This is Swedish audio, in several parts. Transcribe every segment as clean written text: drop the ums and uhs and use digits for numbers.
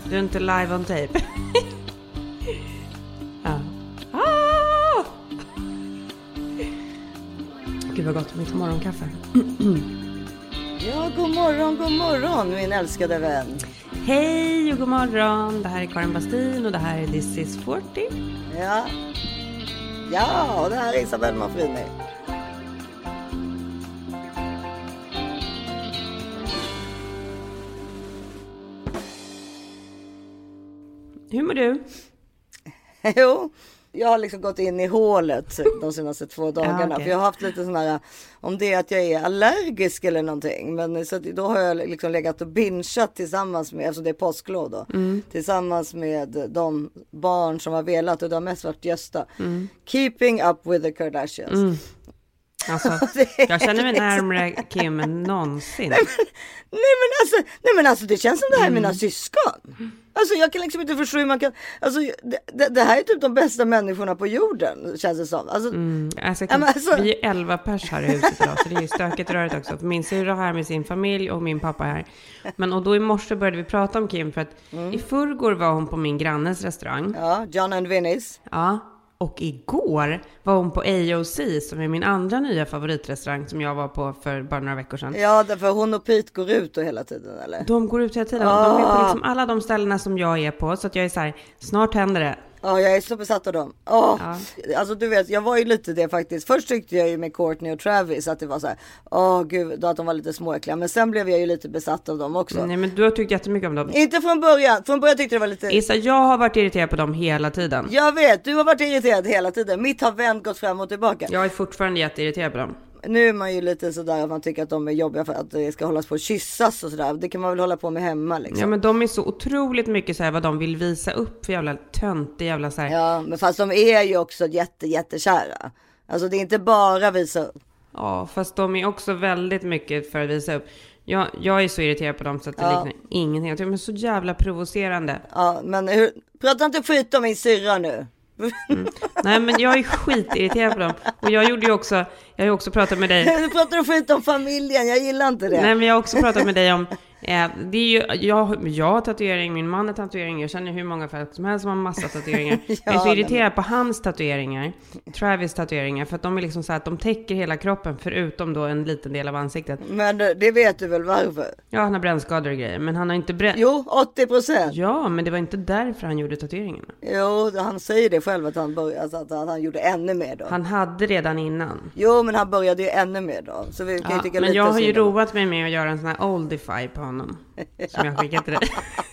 Du är inte live on tape. Ja. Gud vad gott, mitt morgonkaffe. Ja, god morgon min älskade vän. Hej och god morgon. Det här är Karin Bastin och det här är This is 40. Ja, och det här är Isabelle Manfrini. Hur mår du? Jo, jag har liksom gått in i hålet de senaste 2 dagarna. Ja, okay. För jag har haft lite sån här, om det är att jag är allergisk eller någonting. Men så då har jag liksom legat och bingeat tillsammans med, eftersom det är påsklov då. Tillsammans med de barn som har velat, och det har mest varit Gösta. Keeping up with the Kardashians. Alltså, jag känner mig närmare Kim än någonsin. Nej men alltså det känns som det här är mina syskon. Alltså jag kan liksom inte förstå hur man kan. Alltså det här är typ de bästa människorna på jorden, känns det som. Alltså, vi är 11 pers här i huset idag, så det är ju stökigt rörigt också. Min syrra här med sin familj och min pappa här. Och då i morse började vi prata om Kim, för att i förrgår var hon på min grannes restaurang. Ja, John and Vinny's. Ja. Och igår var hon på AOC, som är min andra nya favoritrestaurang som jag var på för bara några veckor sedan. Ja, därför hon och Pete går ut och hela tiden, eller? De går ut hela tiden. De är på liksom alla de ställena som jag är på, så att jag är så här, snart händer det. Ja, jag är så besatt av dem. Alltså du vet, jag var ju lite det faktiskt. Först tyckte jag ju med Courtney och Travis att det var så här, gud, att de var lite småäckliga. Men sen blev jag ju lite besatt av dem också. Nej, men du har tyckt jättemycket om dem. Inte från början. Från början tyckte jag det var lite... Issa, jag har varit irriterad på dem hela tiden. Jag vet, du har varit irriterad hela tiden. Mitt har vänt, gått fram och tillbaka. Jag är fortfarande jätteirriterad på dem. Nu är man ju lite sådär att man tycker att de är jobbiga för att det ska hållas på och kyssas och sådär. Det kan man väl hålla på med hemma liksom. Ja, men de är så otroligt mycket så här vad de vill visa upp för jävla tönt, jävla så här. Ja, men fast de är ju också jättekära. Alltså det är inte bara visa upp. Ja, fast de är också väldigt mycket för att visa upp. Jag är så irriterad på dem så att det liknar ingenting. Jag tycker de är så jävla provocerande. Ja, men prata inte skit om min syrra nu. Nej, men jag är skitirriterad på dem. Och jag har ju också pratat med dig. Du pratar skit om familjen, jag gillar inte det. Nej, men jag har också pratat med dig om det är ju, jag har tatuering, min man har tatuering. Jag känner hur många folk som helst som har massa tatueringar. Jag är så irriterad på hans tatueringar, Travis tatueringar, för att de är liksom så att de täcker hela kroppen förutom då en liten del av ansiktet. Men det vet du väl varför? Ja, han har brännskador och grejer, men han har inte Jo, 80%. Ja, men det var inte därför han gjorde tatueringarna. Jo, han säger det själv att att han gjorde ännu mer då. Han hade redan innan. Jo, men han började ju ännu mer då. Så vi kan ju tycka men lite jag har ju synd. roat mig med att göra en sån här oldify på honom. Som jag skickade till dig.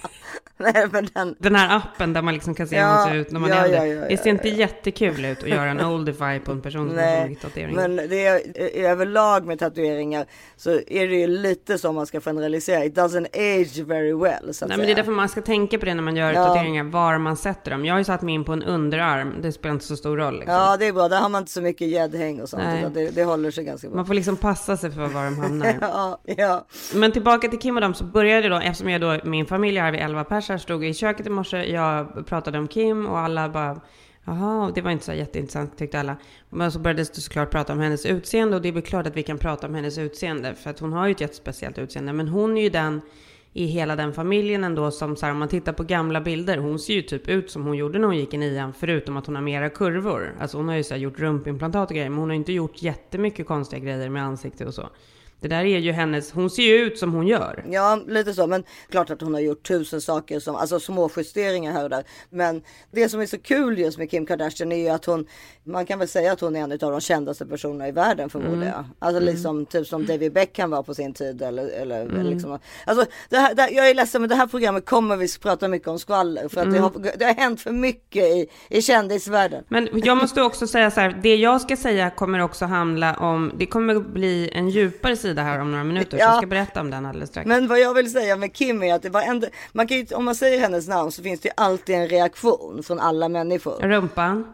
Nej, men den här appen där man liksom kan se hur man ser ut när man är äldre. Det ser inte jättekul ut att göra en oldify på en person som har tatueringar. Men det är överlag med tatueringar så är det ju lite som man ska generalisera. It doesn't age very well. Så att Nej, men det är därför man ska tänka på det när man gör tatueringar, var man sätter dem. Jag har ju satt mig in på en underarm. Det spelar inte så stor roll. Liksom. Ja, det är bra. Där har man inte så mycket gäddhäng och sånt. Det håller sig ganska bra. Man får liksom passa sig för var de hamnar. ja. Men tillbaka till Kim och dem, så började då, eftersom jag då, min familj här vid 11 pers här, stod i köket i morse, jag pratade om Kim och alla bara, jaha, det var inte så jätteintressant tyckte alla. Men så började det såklart prata om hennes utseende, och det är väl klart att vi kan prata om hennes utseende, för att hon har ju ett jättespeciellt utseende, men hon är ju den i hela den familjen ändå som så här, om man tittar på gamla bilder, hon ser ju typ ut som hon gjorde när hon gick i 9, förutom att hon har mera kurvor. Alltså hon har ju så här gjort rumpimplantat och grejer, men hon har inte gjort jättemycket konstiga grejer med ansikte och så. Det där är ju hennes, hon ser ju ut som hon gör. Ja, lite så, men klart att hon har gjort 1000 saker som, alltså små justeringar här och där. Men det som är så kul just med Kim Kardashian är ju att man kan väl säga att hon är en av de kändaste personerna i världen förmodligen. Alltså liksom typ som David Beckham var på sin tid eller liksom. Alltså jag är ledsen, men det här programmet kommer vi prata mycket om skvaller, för att det har hänt för mycket i kändisvärlden. Men jag måste också säga så här, det jag ska säga kommer också handla om, det kommer bli en djupare sida här om några minuter, så jag ska berätta om den alldeles strax. Men vad jag vill säga med Kim är att det var man kan ju, om man säger hennes namn så finns det ju alltid en reaktion från alla människor. Rumpan.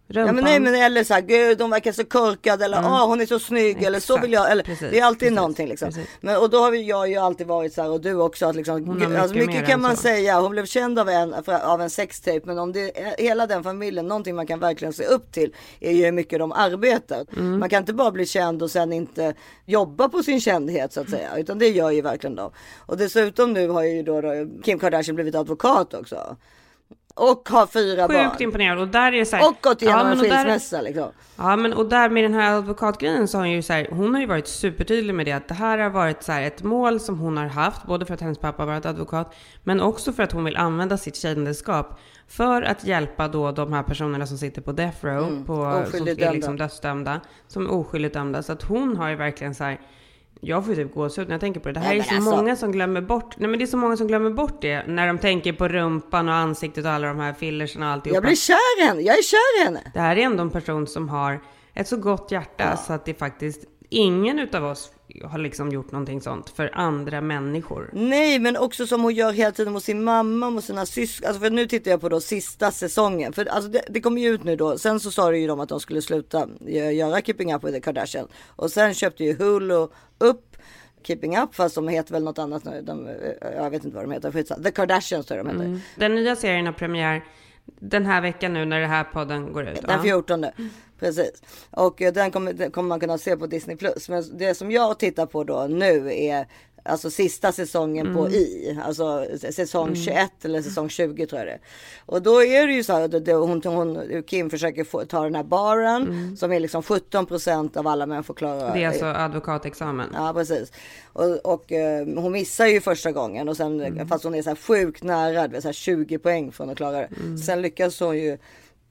Ja, men nej, men eller så här, gud hon verkar så korkad eller hon är så snygg. Exakt. Eller så vill jag, eller precis, det är alltid någonting liksom. Men, och då har jag ju alltid varit så här, och du också, att liksom, alltså, mycket kan man säga, hon blev känd av en sextape, men om det är hela den familjen, någonting man kan verkligen se upp till är ju hur mycket de arbetar. Man kan inte bara bli känd och sen inte jobba på sin kändhet så att säga, utan det gör ju verkligen de. Och dessutom nu har ju då Kim Kardashian blivit advokat också. Och har 4 barn. Sjukt imponerad. Och där är det så här, och gått igenom en skilsmässa liksom. Ja, men och där med den här advokatgrejen så har hon ju så här, hon har ju varit supertydlig med det, att det här har varit så här ett mål som hon har haft, både för att hennes pappa varit advokat, men också för att hon vill använda sitt kändisskap för att hjälpa då de här personerna som sitter på death row, som är liksom dödsdömda, som är oskyldigt dömda. Så att hon har ju verkligen så här, jag får ju typ gåshud när jag tänker på det. Det här är så många som glömmer bort. Nej, men det är så många som glömmer bort det när de tänker på rumpan och ansiktet och alla de här fillersen och alltihopa. Jag blir kär i henne. Jag är kär i henne. Det här är ändå en person som har ett så gott hjärta så att det faktiskt ingen utav oss har liksom gjort någonting sånt för andra människor. Nej, men också som hon gör hela tiden mot sin mamma, mot sina syskon. Alltså för nu tittar jag på då sista säsongen. För alltså det kommer ju ut nu då. Sen så sa det ju de att de skulle sluta göra Keeping Up with the Kardashians. Och sen köpte ju Hulu upp Keeping Up, fast de heter väl något annat nu. Jag vet inte vad de heter. The Kardashians tror jag de heter. Den nya serien har premiär den här veckan nu när det här podden går ut. Den 14. Precis. Och den kommer man kunna se på Disney+. Men det som jag tittar på då nu är alltså sista säsongen på alltså säsong 21 eller säsong 20 tror jag det. Och då är det ju så här, Kim försöker ta den här baren som är liksom 17% av alla människor klarar. Det är alltså advokatexamen. Ja, precis. Och hon missar ju första gången och sen fast hon är så här sjukt nära, det är så här 20 poäng från att klara det. Sen lyckas hon ju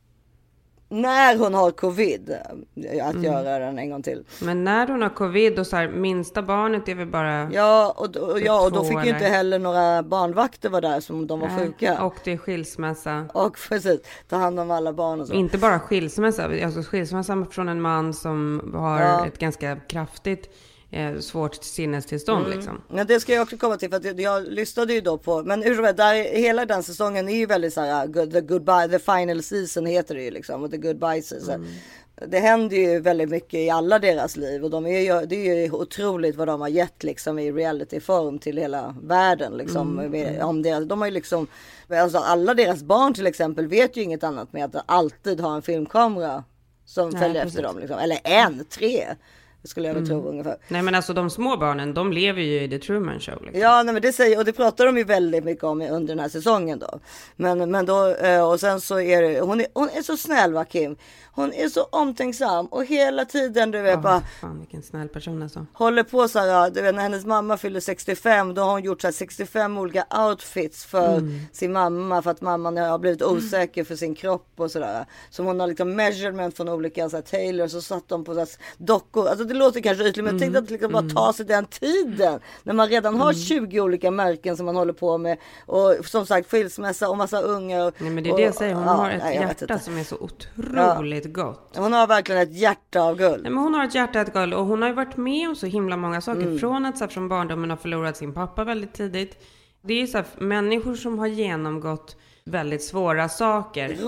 när hon har covid att göra den en gång till. Men när hon har covid och så här, minsta barnet är väl bara och då fick ju inte heller några barnvakter vara där som de var sjuka. Och det är skilsmässa. Och precis, ta hand om alla barn och så. Inte bara skilsmässa, alltså skilsmässa från en man som har ett ganska kraftigt svårt sinnestillstånd liksom. Men det ska jag också komma till, för att jag lyssnade ju då på, men hela den säsongen är ju väldigt så här, the final season heter det ju liksom, och the goodbye season. Det händer ju väldigt mycket i alla deras liv, och det är ju otroligt vad de har gett liksom i realityform till hela världen liksom. Om de har ju liksom, alltså alla deras barn till exempel vet ju inget annat med att alltid ha en filmkamera som följer efter dem liksom. Eller 3 skulle jag väl tro ungefär. Nej, men alltså de små barnen, de lever ju i The Truman Show liksom. Ja, nej, men det pratar de ju väldigt mycket om under den här säsongen då. Men då, och sen så är det, hon är så snäll, va, Kim. Hon är så omtänksam och hela tiden, du vet, bara fan vilken snäll person alltså. Håller på så här, du vet, när hennes mamma fyller 65, då har hon gjort så här 65 olika outfits för sin mamma, för att mamman har blivit osäker för sin kropp och sådär. Så hon har liksom measurement från olika så här tailors, och satt dem på så här dockor. Alltså det låter kanske ytligt, men tänk att liksom bara ta sig den tiden när man redan har 20 olika märken som man håller på med, och som sagt skilsmässa och massa ungar. Nej, men det är det jag säger, hon har ett hjärta som är så otroligt gott. Hon har verkligen ett hjärta av guld. Nej, men hon har ett hjärta av guld, och hon har ju varit med om så himla många saker. Från att så här, från barndomen har förlorat sin pappa väldigt tidigt. Det är så här, människor som har genomgått väldigt svåra saker.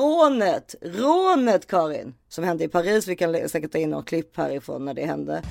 Rånet Karin, som hände i Paris. Vi kan säkert ta in något klipp härifrån när det hände.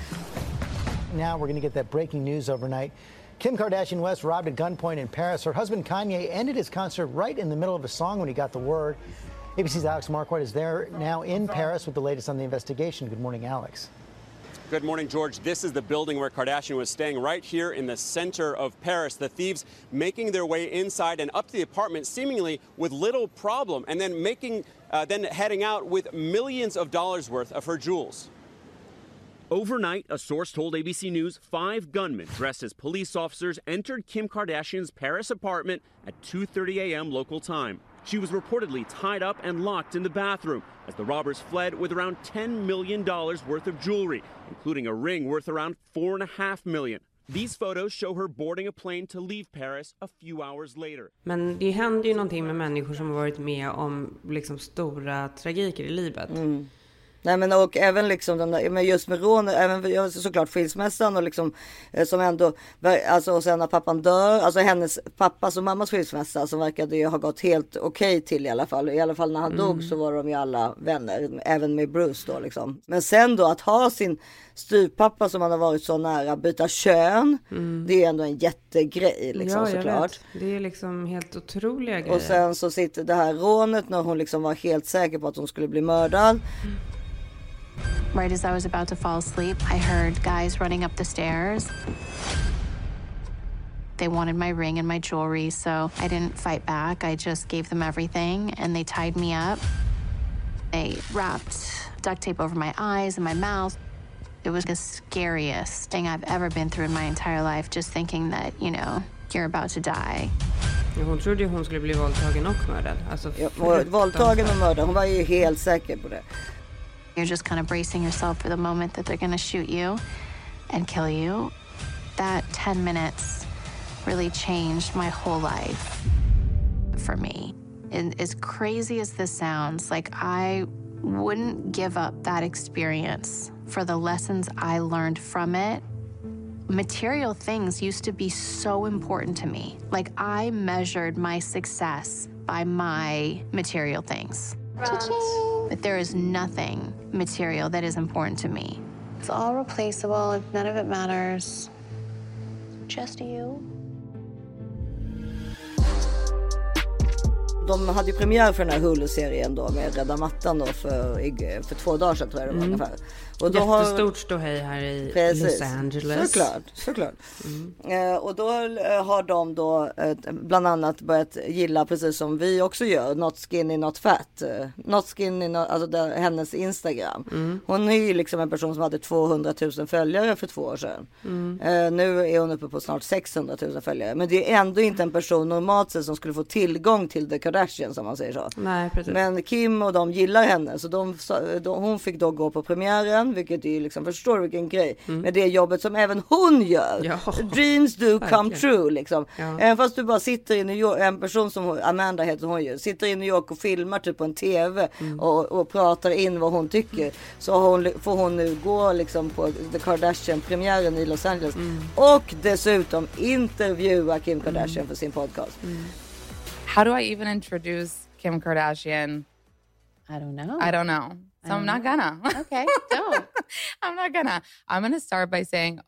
Now we're going to get that breaking news overnight. Kim Kardashian West robbed at gunpoint in Paris. Her husband Kanye ended his concert right in the middle of a song when he got the word. ABC's Alex Marquardt is there now in Paris with the latest on the investigation. Good morning, Alex. Good morning, George. This is the building where Kardashian was staying, right here in the center of Paris. The thieves making their way inside and up to the apartment seemingly with little problem, and then then heading out with millions of dollars worth of her jewels. Overnight, a source told ABC News 5 gunmen dressed as police officers entered Kim Kardashian's Paris apartment at 2:30 a.m. local time. She was reportedly tied up and locked in the bathroom as the robbers fled with around $10 million worth of jewelry, including a ring worth around $4.5 million. These photos show her boarding a plane to leave Paris a few hours later. Men det händer ju någonting med människor som har varit med om liksom stora tragiker i livet. Nej men och även liksom den där, men just med rån, även såklart skilsmässan och liksom som ändå, alltså och sen när pappan dör, alltså hennes pappas och mammas skilsmässa som verkade ju ha gått helt okej till i alla fall när han dog så var de ju alla vänner, även med Bruce då liksom. Men sen då att ha sin styvpappa som han har varit så nära byta kön, det är ändå en jättegrej liksom, såklart. Det är liksom helt otroliga grejer. Och sen så sitter det här rånet när hon liksom var helt säker på att hon skulle bli mördad. Right as I was about to fall asleep, I heard guys running up the stairs. They wanted my ring and my jewelry, so I didn't fight back. I just gave them everything, and they tied me up. They wrapped duct tape over my eyes and my mouth. It was the scariest thing I've ever been through in my entire life, just thinking that, you know, you're about to die. Hon trodde ju hon skulle bli våldtagen och mördad. Alltså, våldtagen och mördad, hon var ju helt säker på det. You're just kind of bracing yourself for the moment that they're going to shoot you and kill you. That 10 minutes really changed my whole life for me. And as crazy as this sounds, like I wouldn't give up that experience for the lessons I learned from it. Material things used to be so important to me. Like I measured my success by my material things. But there is nothing material that is important to me. It's all replaceable. None of it matters. Just you. De hade ju premiär för den här Hulu-serien då med Rädda mattan då för 2 dagar sedan tror jag det var ungefär. Och då jättestort ståhej här i Los Angeles. Såklart. Och då har de då bland annat börjat gilla, precis som vi också gör, Not Skinny Not Fat. Not Skinny, alltså hennes Instagram. Hon är ju liksom en person som hade 200 000 följare för 2 år sedan. Nu är hon uppe på snart 600 000 följare. Men det är ändå inte en person normalt sett som skulle få tillgång till The Kardashians, som man säger så. Nej, precis. Men Kim och de gillar henne, så hon fick då gå på premiären, vilket är liksom, förstår du vilken grej, med det jobbet som även hon gör. Ja. Dreams do come true liksom. Ja. Även fast du bara sitter i New York, en person som Amanda heter hon ju, sitter i New York och filmar typ på en tv och pratar in vad hon tycker, så får hon nu gå liksom på The Kardashian-premiären i Los Angeles och dessutom intervjua Kim Kardashian för sin podcast. How do I even introduce Kim Kardashian? I don't know. So I'm not gonna. Okay, don't. I'm not gonna. I'm gonna start by saying,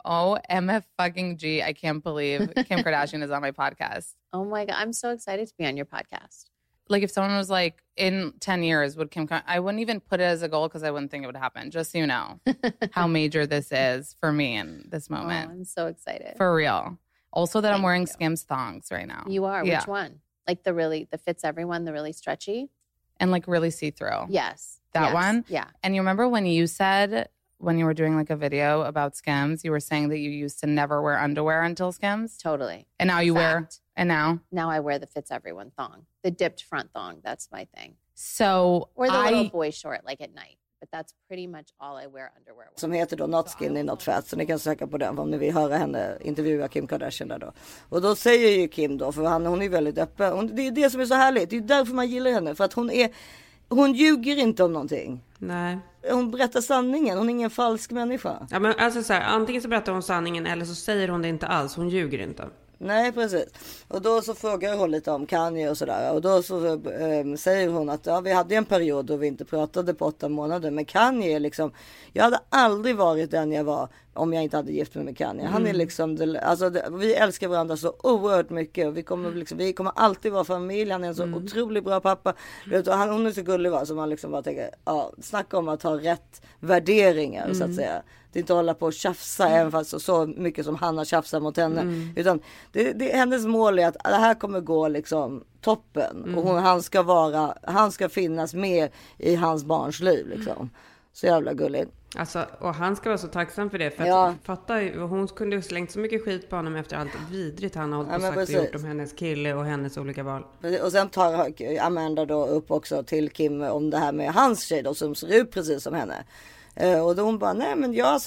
OMFG, I can't believe Kim Kardashian is on my podcast. Oh my God, I'm so excited to be on your podcast. Like if someone was like, in 10 years, would I wouldn't even put it as a goal because I wouldn't think it would happen. Just so you know how major this is for me in this moment. Oh, I'm so excited. For real. Also that I'm wearing Skims thongs right now. You are? Yeah. Which one? Like the fits everyone, the really stretchy? And like really see-through. Yes. That one? Yeah. And you remember when you said, when you were doing like a video about Skims, you were saying that you used to never wear underwear until Skims? Totally. And now you wear, and now? Now I wear the fits everyone thong. The dipped front thong. That's my thing. So or the little boy short like at night. But that's pretty much all I wear underwear. Som heter då Not Skinny Not Fat, så ni kan söka på den om ni vill höra henne intervjua Kim Kardashian där då. Och då säger ju Kim då, för hon är väldigt öppen. Det är det som är så härligt. Det är därför man gillar henne, för att hon ljuger inte om någonting. Nej. Hon berättar sanningen. Hon är ingen falsk människa. Ja, men alltså så här, antingen så berättar hon sanningen eller så säger hon det inte alls. Hon ljuger inte. Nej, precis. Och då så frågar hon lite om Kanye och sådär. Och då så säger hon att vi hade en period då vi inte pratade på 8 månader. Men Kanye liksom, jag hade aldrig varit den jag var om jag inte hade gift mig med Kanye. Han är liksom, vi älskar varandra så oerhört mycket. Och vi kommer alltid vara familj. Han är en så otroligt bra pappa. Hon är så gullig, så man liksom bara tänker, snacka om att ha rätt värderingar så att säga. Det är inte att hålla på och tjafsa även fast så mycket som han har tjafsat mot henne. Utan hennes mål är att det här kommer gå liksom toppen. Och han ska finnas med i hans barns liv liksom. Så jävla gulligt. Alltså, och han ska vara så tacksam för det. För att fatta, hon kunde ju slängt så mycket skit på honom efter allt vidrigt han har hållit på sagt och gjort om hennes kille och hennes olika val. Och sen tar Amanda då upp också till Kim om det här med hans tjej då, som ser ut precis som henne. Och då hon bara, nej men jag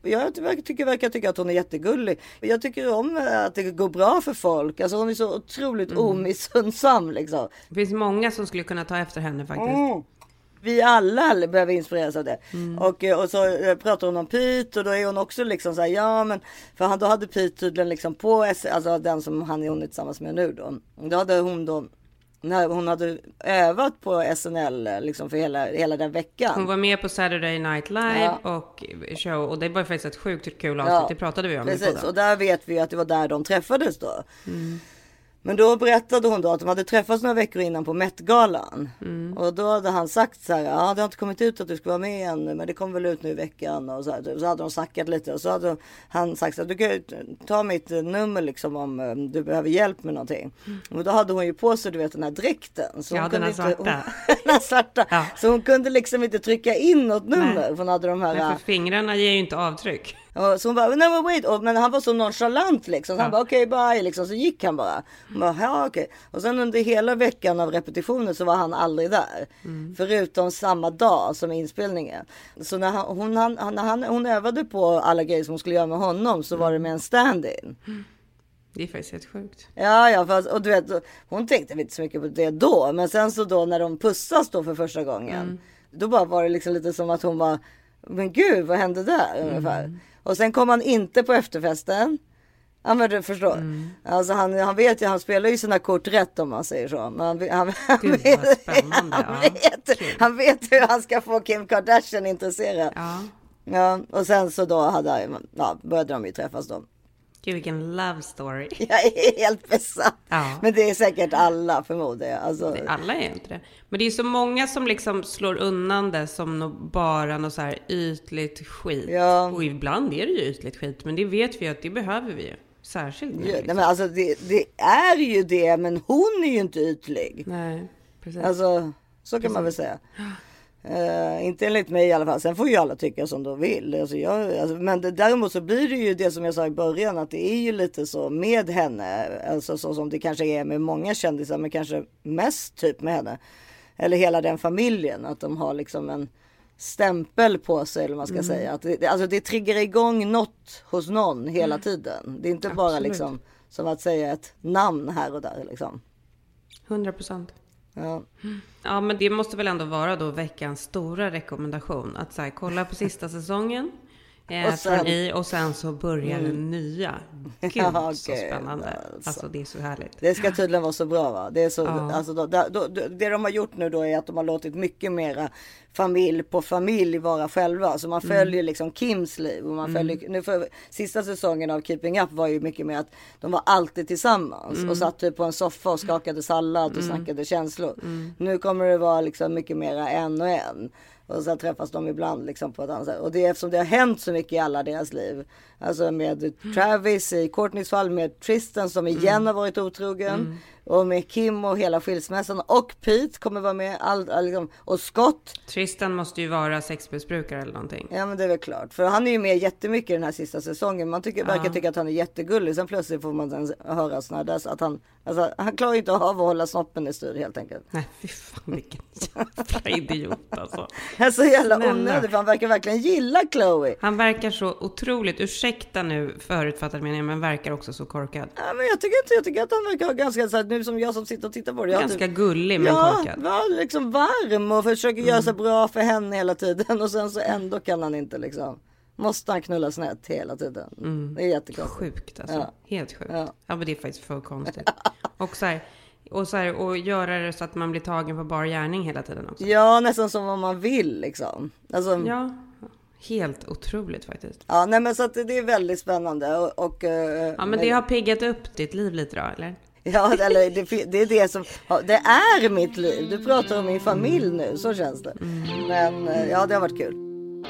tycker att hon är jättegullig. Jag tycker om att det går bra för folk. Alltså hon är så otroligt omissunnsam liksom. Det finns många som skulle kunna ta efter henne faktiskt. Vi alla behöver inspireras av det. Och så pratar hon om Pete och då är hon också liksom så här, ja men för då hade Pete tydligen liksom på alltså den som hon är tillsammans med nu då hade hon då när hon hade övat på SNL liksom för hela den veckan. Hon var med på Saturday Night Live och show och det var faktiskt ett sjukt kul avsnitt, det pratade vi om. Precis, och där vet vi att det var där de träffades då. Men då berättade hon då att de hade träffats några veckor innan på Met-galan. Och då hade han sagt så här, ja det har inte kommit ut att du ska vara med än, men det kommer väl ut nu i veckan. Och så hade de snackat lite och så hade han sagt så här, du kan ta mitt nummer liksom om du behöver hjälp med någonting. Och då hade hon ju på sig, du vet, den här dräkten. Så hon kunde den svarta. Ja. Så hon kunde liksom inte trycka in något nummer. För hon hade de här... Men för fingrarna ger ju inte avtryck. Så hon bara, no wait, men han var så nonchalant liksom. Så han bara, okej, bye, liksom. Så gick han bara. Hon bara, ja okej. Och sen under hela veckan av repetitioner så var han aldrig där. Förutom samma dag som inspelningen. Så när hon övade på alla grejer som hon skulle göra med honom så var det med en stand-in. Det är faktiskt helt sjukt. Ja, fast, och du vet, hon tänkte inte så mycket på det då. Men sen så då när de pussas då för första gången. Då bara var det liksom lite som att hon var, men gud, vad hände där ungefär? Och sen kom han inte på efterfesten. Ja, men du förstår. Alltså han vet ju, han spelar ju sina kort rätt om man säger så. Men han vet hur han ska få Kim Kardashian intresserad. Ja, och sen så då började de ju träffas då. Gud, vilken love story. Jag är helt besatt. Ja. Men det är säkert alla förmodar jag. Alltså... Alla är inte det. Men det är så många som liksom slår undan det som bara något så här ytligt skit. Ja. Och ibland är det ju ytligt skit. Men det vet vi att det behöver vi ju. Särskilt nu. Ja, liksom. Men alltså det är ju det. Men hon är ju inte ytlig. Nej, precis. Alltså så kan man väl säga. Inte enligt mig i alla fall. Sen får ju alla tycka som de vill. Alltså, men däremot så blir det ju det som jag sa i början. Att det är ju lite så med henne. Alltså så som det kanske är med många kändisar. Men kanske mest typ med henne. Eller hela den familjen. Att de har liksom en stämpel på sig. Eller man ska säga. Att det triggar igång något hos någon hela tiden. Det är inte bara liksom som att säga ett namn här och där liksom. 100%. Ja, men det måste väl ändå vara då veckans stora rekommendation. Att så här, kolla på sista säsongen och sen så börjar den nya. Gud, så spännande. Alltså det är så härligt. Det ska tydligen vara så bra, va? Det är så, alltså, det de har gjort nu då är att de har låtit mycket mera familj på familj vara själva. Så man följer liksom Kims liv. Och man följer, nu för sista säsongen av Keeping Up var ju mycket med att de var alltid tillsammans. Och satt typ på en soffa och skakade sallad och snackade känslor. Nu kommer det vara liksom mycket mera en och en. Och sen träffas de ibland liksom på ett annat sätt. Och det är eftersom det har hänt så mycket i alla deras liv. Alltså med Travis i Courtneys fall, med Tristan som igen har varit otrogen. Och med Kim och hela skilsmässan. Och Pete kommer vara med. Liksom, och Scott. Tristan måste ju vara sexmissbrukare eller någonting. Ja, men det är väl klart. För han är ju med jättemycket i den här sista säsongen. Man verkar tycka att han är jättegullig. Sen plötsligt får man höra sådana där. Så att han klarar inte av att hålla snoppen i styr helt enkelt. Nej, fy fan vilken jävla idiot alltså. Han är så jävla onödig. För han verkar verkligen gilla Chloe. Han verkar så otroligt, ursäkta nu förutfattad mening, men verkar också så korkad. Ja, men jag tycker att han verkar ganska så här, nu som jag som sitter och tittar på det. Ganska gullig men korkad. Ja, liksom varm och försöker göra sig bra för henne hela tiden. Och sen så ändå kan han inte liksom. Måste han knulla snett hela tiden. Det är jättekonstigt. Sjukt alltså. Ja. Helt sjukt. Ja, men det är faktiskt för konstigt. Och göra det så att man blir tagen på bar gärning hela tiden också. Ja, nästan som vad man vill liksom. Alltså, ja, helt otroligt faktiskt. Ja, nej men så att det är väldigt spännande. Ja, men det har piggat upp ditt liv lite då, eller? Ja, eller det är det som... Det är mitt liv. Du pratar om min familj nu, så känns det. Men ja, det har varit kul.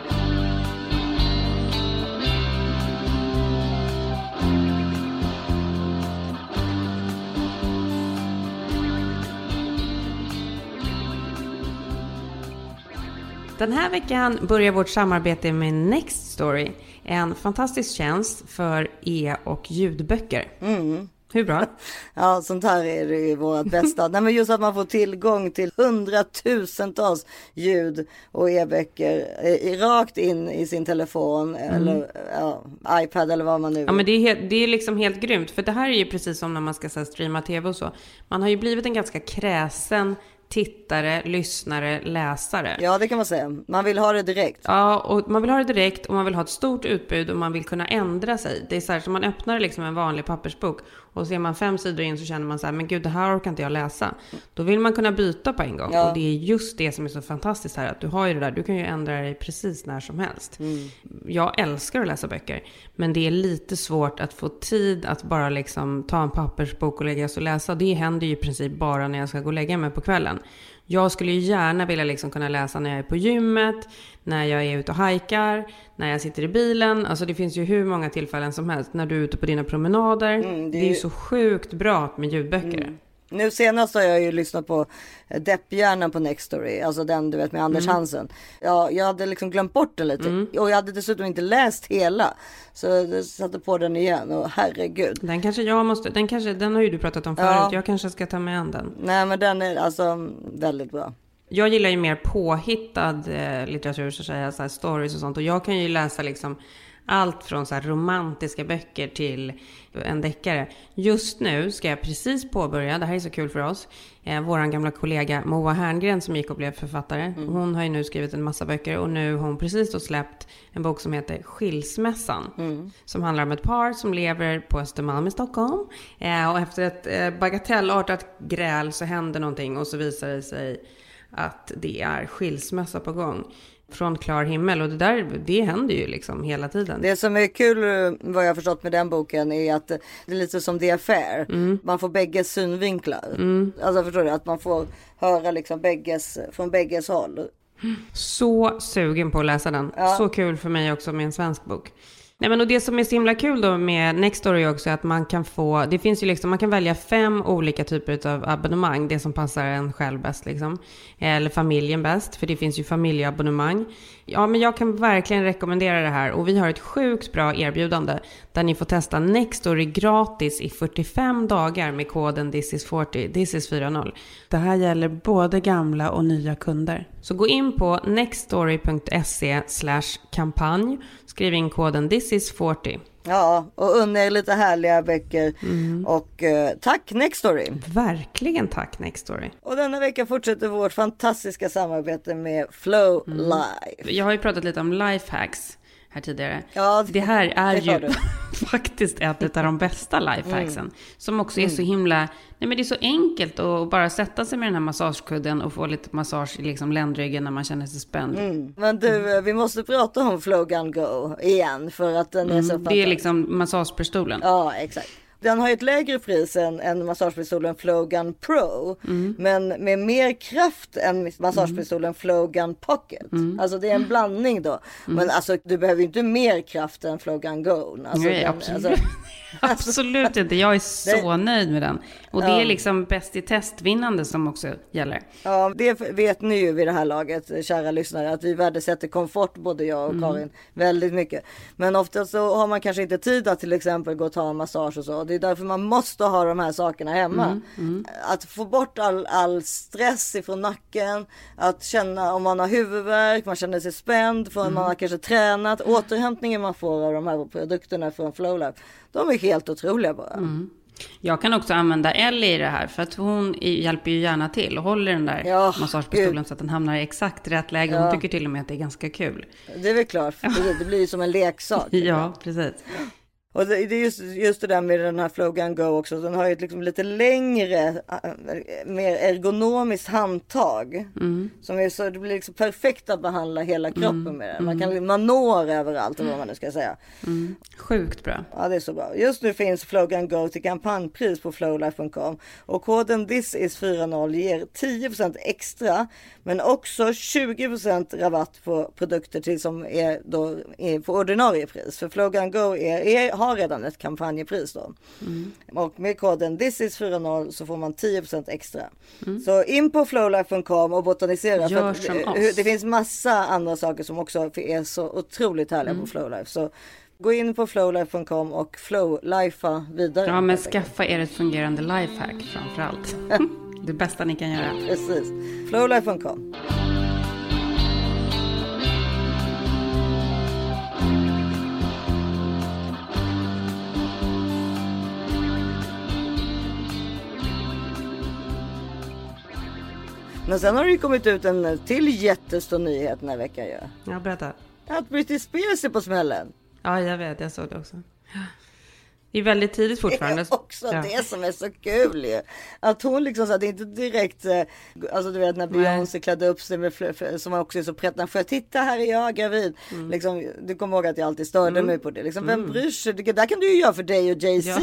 Den här veckan börjar vårt samarbete med Next Story. En fantastisk tjänst för och ljudböcker. Hur bra? Ja, sånt här är det ju vårt bästa. Nej, men just att man får tillgång till 100,000-tals ljud och e-böcker rakt in i sin telefon eller iPad eller vad man nu vill. Ja, men det är liksom helt grymt. För det här är ju precis som när man ska streama tv och så. Man har ju blivit en ganska kräsen tittare, lyssnare, läsare. Ja, det kan man säga. Man vill ha det direkt. Ja, och man vill ha det direkt och man vill ha ett stort utbud och man vill kunna ändra sig. Det är så här som man öppnar liksom en vanlig pappersbok och ser man 5 sidor in så känner man så här, men gud, det här orkar inte jag läsa. Då vill man kunna byta på en gång. Ja. Och det är just det som är så fantastiskt här, att du har ju det där, du kan ju ändra dig precis när som helst. Jag älskar att läsa böcker, men det är lite svårt att få tid att bara liksom ta en pappersbok och lägga sig och läsa. Det händer ju i princip bara när jag ska gå och lägga mig på kvällen. Jag skulle ju gärna vilja liksom kunna läsa när jag är på gymmet, när jag är ute och hajkar, när jag sitter i bilen. Alltså det finns ju hur många tillfällen som helst. När du är ute på dina promenader. Det är ju så sjukt bra med ljudböcker. Nu senast har jag ju lyssnat på Depphjärnan på Nextory. Alltså den du vet med Anders Hansen. Ja, jag hade liksom glömt bort den lite. Och jag hade dessutom inte läst hela. Så jag satte på den igen och herregud. Den kanske jag måste, den har ju du pratat om förut. Jag kanske ska ta med den. Nej, men den är alltså väldigt bra. Jag gillar ju mer påhittad litteratur, så att säga, så här stories och sånt. Och jag kan ju läsa liksom allt från så här romantiska böcker till en deckare. Just nu ska jag precis påbörja, det här är så kul för oss, våran gamla kollega Moa Herngren som gick och blev författare. Hon har ju nu skrivit en massa böcker och nu har hon precis då släppt en bok som heter Skilsmässan. Som handlar om ett par som lever på Östermalm i Stockholm. Och efter ett bagatellartat gräl så händer någonting och så visar det sig att det är skilsmässa på gång. Från klar himmel, och det händer ju liksom hela tiden. Det som är kul, vad jag har förstått med den boken, är att det är lite som The Affair. Man får bägge synvinklar. Alltså förstår du, att man får höra liksom från bägges håll. Så sugen på att läsa den. Så kul för mig också med en svensk bok. Nej, men och det som är så himla kul då med Nextory också är att man kan få, det finns ju liksom, man kan välja 5 olika typer av abonnemang, det som passar en själv bäst liksom, eller familjen bäst, för det finns ju familjeabonnemang. Ja, men jag kan verkligen rekommendera det här, och vi har ett sjukt bra erbjudande där ni får testa Nextory gratis i 45 dagar med koden THISIS40, THISIS40. Det här gäller både gamla och nya kunder. Så gå in på nextory.se/kampanj, skriv in koden THISIS40. Ja, och unna er lite härliga böcker. Och tack Nextory. Verkligen tack Nextory. Och denna vecka fortsätter vårt fantastiska samarbete med Flow Life. Jag har ju pratat lite om lifehacks här tidigare. Ja, det här är ju faktiskt ett av de bästa lifehacksen. Som också är så himla, nej men det är så enkelt att bara sätta sig med den här massagekudden och få lite massage i liksom ländryggen när man känner sig spänd. Men du, vi måste prata om Flow Gun Go igen, för att den är så fantastisk. Det är liksom massagepistolen. Ja, exakt. Den har ju ett lägre pris än massagepistolen Flow Gun Pro, men med mer kraft än massagepistolen Flow Gun Pocket. Alltså det är en blandning då. Men alltså du behöver ju inte mer kraft än Flow Gun Go. Alltså, nej, absolut. Absolut inte. Jag är så nöjd med den. Och det är liksom bäst i testvinnande som också gäller. Ja, det vet ni ju vid det här laget, kära lyssnare, att vi värdesätter komfort, både jag och Karin, väldigt mycket. Men ofta så har man kanske inte tid att till exempel gå och ta en massage och så. Det är därför man måste ha de här sakerna hemma. Att få bort all stress ifrån nacken, att känna om man har huvudvärk, man känner sig spänd, för man har kanske tränat. Återhämtningen man får av de här produkterna från Flow Life, de är helt otroliga bara. Jag kan också använda Ellie i det här, för att hon hjälper ju gärna till och håller den där massagepistolen så att den hamnar i exakt rätt läge. Hon tycker till och med att det är ganska kul. Det är väl klart, för det blir ju som en leksak. Ja, precis. Och det är just det där med den här Flow Gun Go också. Den har ju liksom lite längre, mer ergonomiskt handtag. Som är så, det blir liksom perfekt att behandla hela kroppen med den. Man når överallt, vad man nu ska säga. Sjukt bra. Ja, det är så bra. Just nu finns Flow Gun Go till kampanjpris på flowlife.com. Och koden THISIS40 ger 10% extra. Men också 20% rabatt på produkter till som är då på ordinarie pris. För Flow Gun Go har redan ett kampanjpris då. Och med koden THISIS40 så får man 10% extra. Så in på flowlife.com och botanisera. För det finns massa andra saker som också är så otroligt härliga på Flowlife. Så gå in på flowlife.com och flowlifea vidare. Ja, men skaffa er ett fungerande lifehack framförallt. Det bästa ni kan göra. Precis. Flowlife.com. Men sen har det ju kommit ut en till jättestor nyhet den här veckan ju. Ja, berätta. Att Britney Spears är på smällen. Ja, jag vet. Jag såg det också. Det är väldigt tidigt fortfarande. Det är också det som är så kul ju. Att hon liksom så att det inte direkt, alltså du vet när Beyoncé klädde upp sig med som också är så pretentiös. Titta här är jag gravid. Liksom, du kommer ihåg att jag alltid störde mig på det. Liksom, vem bryr sig? Det där kan du ju göra för dig och Jay-Z.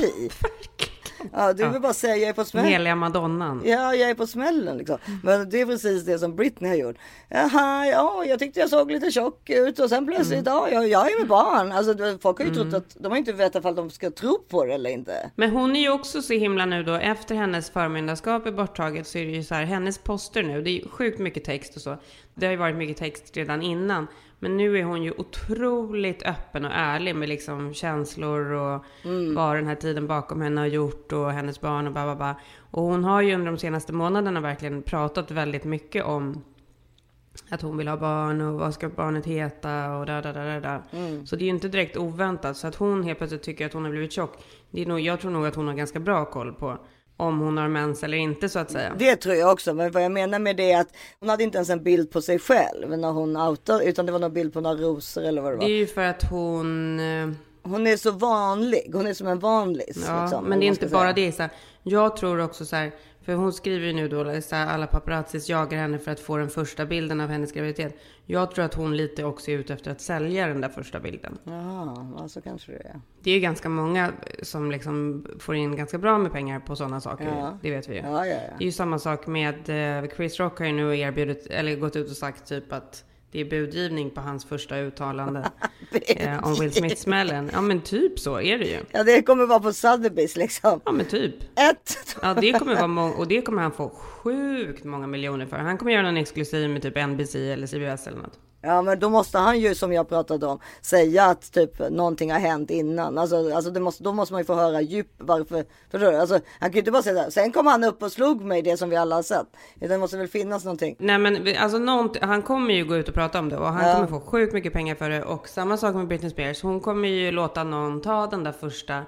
Ja, du vill bara säga jag är på smällen. Heliga Madonnan. Ja, jag är på smällen liksom. Men det är precis det som Britney har gjort. Jaha, ja, jag tyckte jag såg lite tjock ut och sen plötsligt, jag är med barn. Alltså folk har ju trott att, de har inte vetat om de ska tro på det eller inte. Men hon är ju också så himla nu då, efter hennes förmyndarskap är borttaget så är det ju så här, hennes poster nu, det är ju sjukt mycket text och så. Det har ju varit mycket text redan innan. Men nu är hon ju otroligt öppen och ärlig med liksom känslor och vad den här tiden bakom henne har gjort och hennes barn och bababa. Och hon har ju under de senaste månaderna verkligen pratat väldigt mycket om att hon vill ha barn och vad ska barnet heta och där. Så det är ju inte direkt oväntat. Så att hon helt plötsligt tycker att hon har blivit tjock. Det är nog, jag tror nog att hon har ganska bra koll på om hon har mens eller inte så att säga. Det tror jag också, men vad jag menar med det är att hon hade inte ens en bild på sig själv när hon outar, utan det var någon bild på några rosor eller vad det var. Det är ju för att hon är så vanlig, hon är som en vanlis. Ja, liksom, men det är inte bara det. Så här, jag tror också så här, för hon skriver ju nu då så här, alla paparazzis jagar henne för att få den första bilden av hennes graviditet. Jag tror att hon lite också är ute efter att sälja den där första bilden. Ja, så kanske det är. Det är ju ganska många som liksom får in ganska bra med pengar på sådana saker. Ja. Det vet vi ju. Ja. Det är ju samma sak med Chris Rock har ju nu erbjudit, eller gått ut och sagt typ att det är budgivning på hans första uttalande om Will Smith-smällen. Ja, men typ så är det ju. Ja, det kommer vara på Sotheby's liksom. Ja, men typ. Ja, det kommer vara och det kommer han få sjukt många miljoner för. Han kommer göra någon exklusiv med typ NBC eller CBS eller något. Ja, men då måste han ju, som jag pratade om, säga att typ någonting har hänt innan. Alltså då måste man ju få höra djup varför. Förstår du? Alltså, han kan ju inte bara säga så. Sen kom han upp och slog mig, det som vi alla har sett. Det måste väl finnas någonting. Nej, men alltså han kommer ju gå ut och prata om det. Och han kommer få sjukt mycket pengar för det. Och samma sak med Britney Spears. Hon kommer ju låta någon ta den där första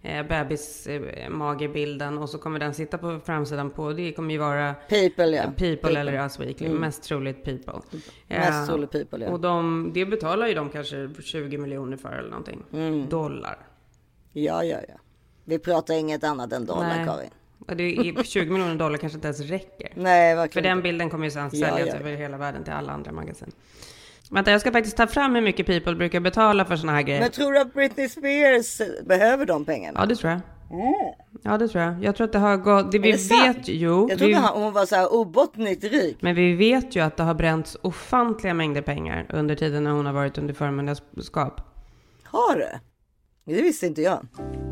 bebismagebilden och så kommer den sitta på framsidan på, det kommer ju vara People eller Us Weekly, mest troligt People. Mest troligt People, ja. Och det betalar ju de kanske 20 miljoner för eller någonting. Dollar. Ja. Vi pratar inget annat än dollar. Nej. Karin. Och det är 20 miljoner dollar kanske inte ens räcker. Nej, verkligen. För den bilden kommer ju sedan säljas över hela världen till alla andra magasin. Vänta, jag ska faktiskt ta fram hur mycket People brukar betala för såna här grejer. Men tror du att Britney Spears behöver de pengarna? Ja, det tror jag. Ja, det tror jag. Jag tror att det har gått... vi vet ju... Jag trodde hon var så här obottnigt rik. Men vi vet ju att det har bränts ofantliga mängder pengar under tiden när hon har varit under förmyndarskap. Har det? Det visste inte jag.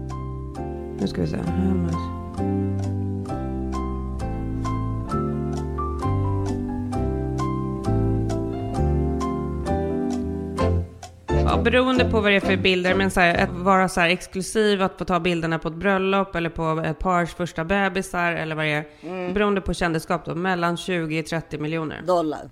Nu ska vi se. Ja, beroende på vad det är för bilder, men så här, att vara så här exklusiv, att få ta bilderna på ett bröllop eller på ett pars första bebisar eller vad det är. Beroende på kändisskap då, mellan 20-30 miljoner. Dollar.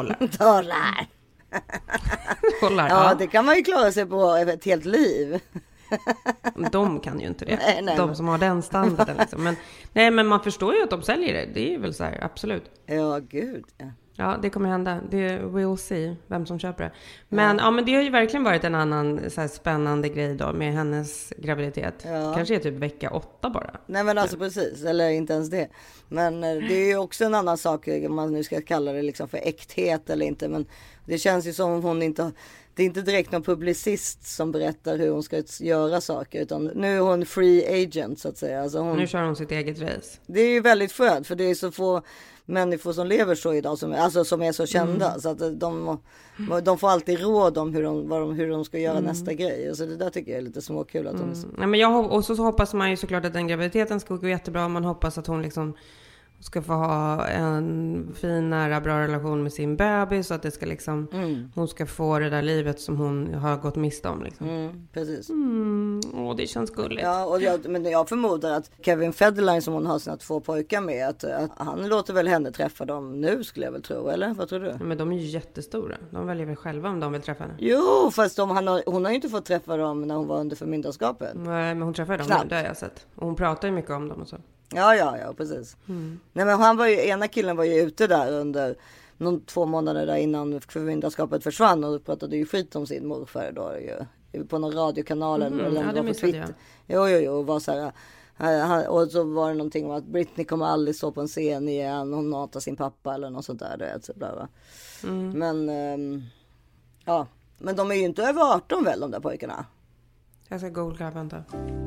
Ja, det kan man ju klara sig på ett helt liv. De kan ju inte det. Nej, de som har den standarden liksom. Men man förstår ju att de säljer det. Det är väl så här, absolut. Ja, gud. Ja, det kommer hända. We'll see vem som köper det. Men, men det har ju verkligen varit en annan så här spännande grej då med hennes graviditet. Kanske är typ vecka 8 bara. Nej, men alltså precis. Eller inte ens det. Men det är ju också en annan sak, om man nu ska kalla det liksom för äkthet eller inte. Men det känns ju som om hon inte... Det är inte direkt någon publicist som berättar hur hon ska göra saker, utan nu är hon free agent så att säga. Alltså nu kör hon sitt eget race. Det är ju väldigt skönt, för det är så få människor som lever så idag som är så kända, så att de får alltid råd om hur de ska göra nästa grej. Så det där tycker jag är lite småkul att hon... Nej, men och så hoppas man ju såklart att den graviditeten ska gå jättebra. Man hoppas att hon liksom ska få ha en fin, nära, bra relation med sin bebis, så att det ska liksom, hon ska få det där livet som hon har gått miste om liksom. Precis. Det känns gulligt. Ja, men jag förmodar att Kevin Federline, som hon har sina 2 pojkar med, att han låter väl henne träffa dem nu, skulle jag väl tro, eller? Vad tror du? Men de är ju jättestora. De väljer väl själva om de vill träffa henne. Jo, fast hon har ju inte fått träffa dem när hon var under förmyndarskapet. Nej, men hon träffar dem, det har jag sett. Och hon pratar ju mycket om dem och så. Ja, precis. Nej, men ena killen var ju ute där under 2 månader där innan förmyndarskapet försvann och pratade ju skit om sin morfar då ju, på någon radiokanal eller det på Twitter. Jo, var så här, och så var det någonting om att Britney kommer aldrig stå på en scen igen, hon hatar sin pappa eller något sånt där, det är så bra. Men ja, men de är ju inte över 18 väl, de där pojkarna. Jag ska googla, vänta.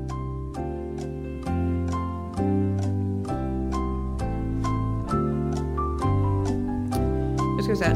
Nu ska vi se.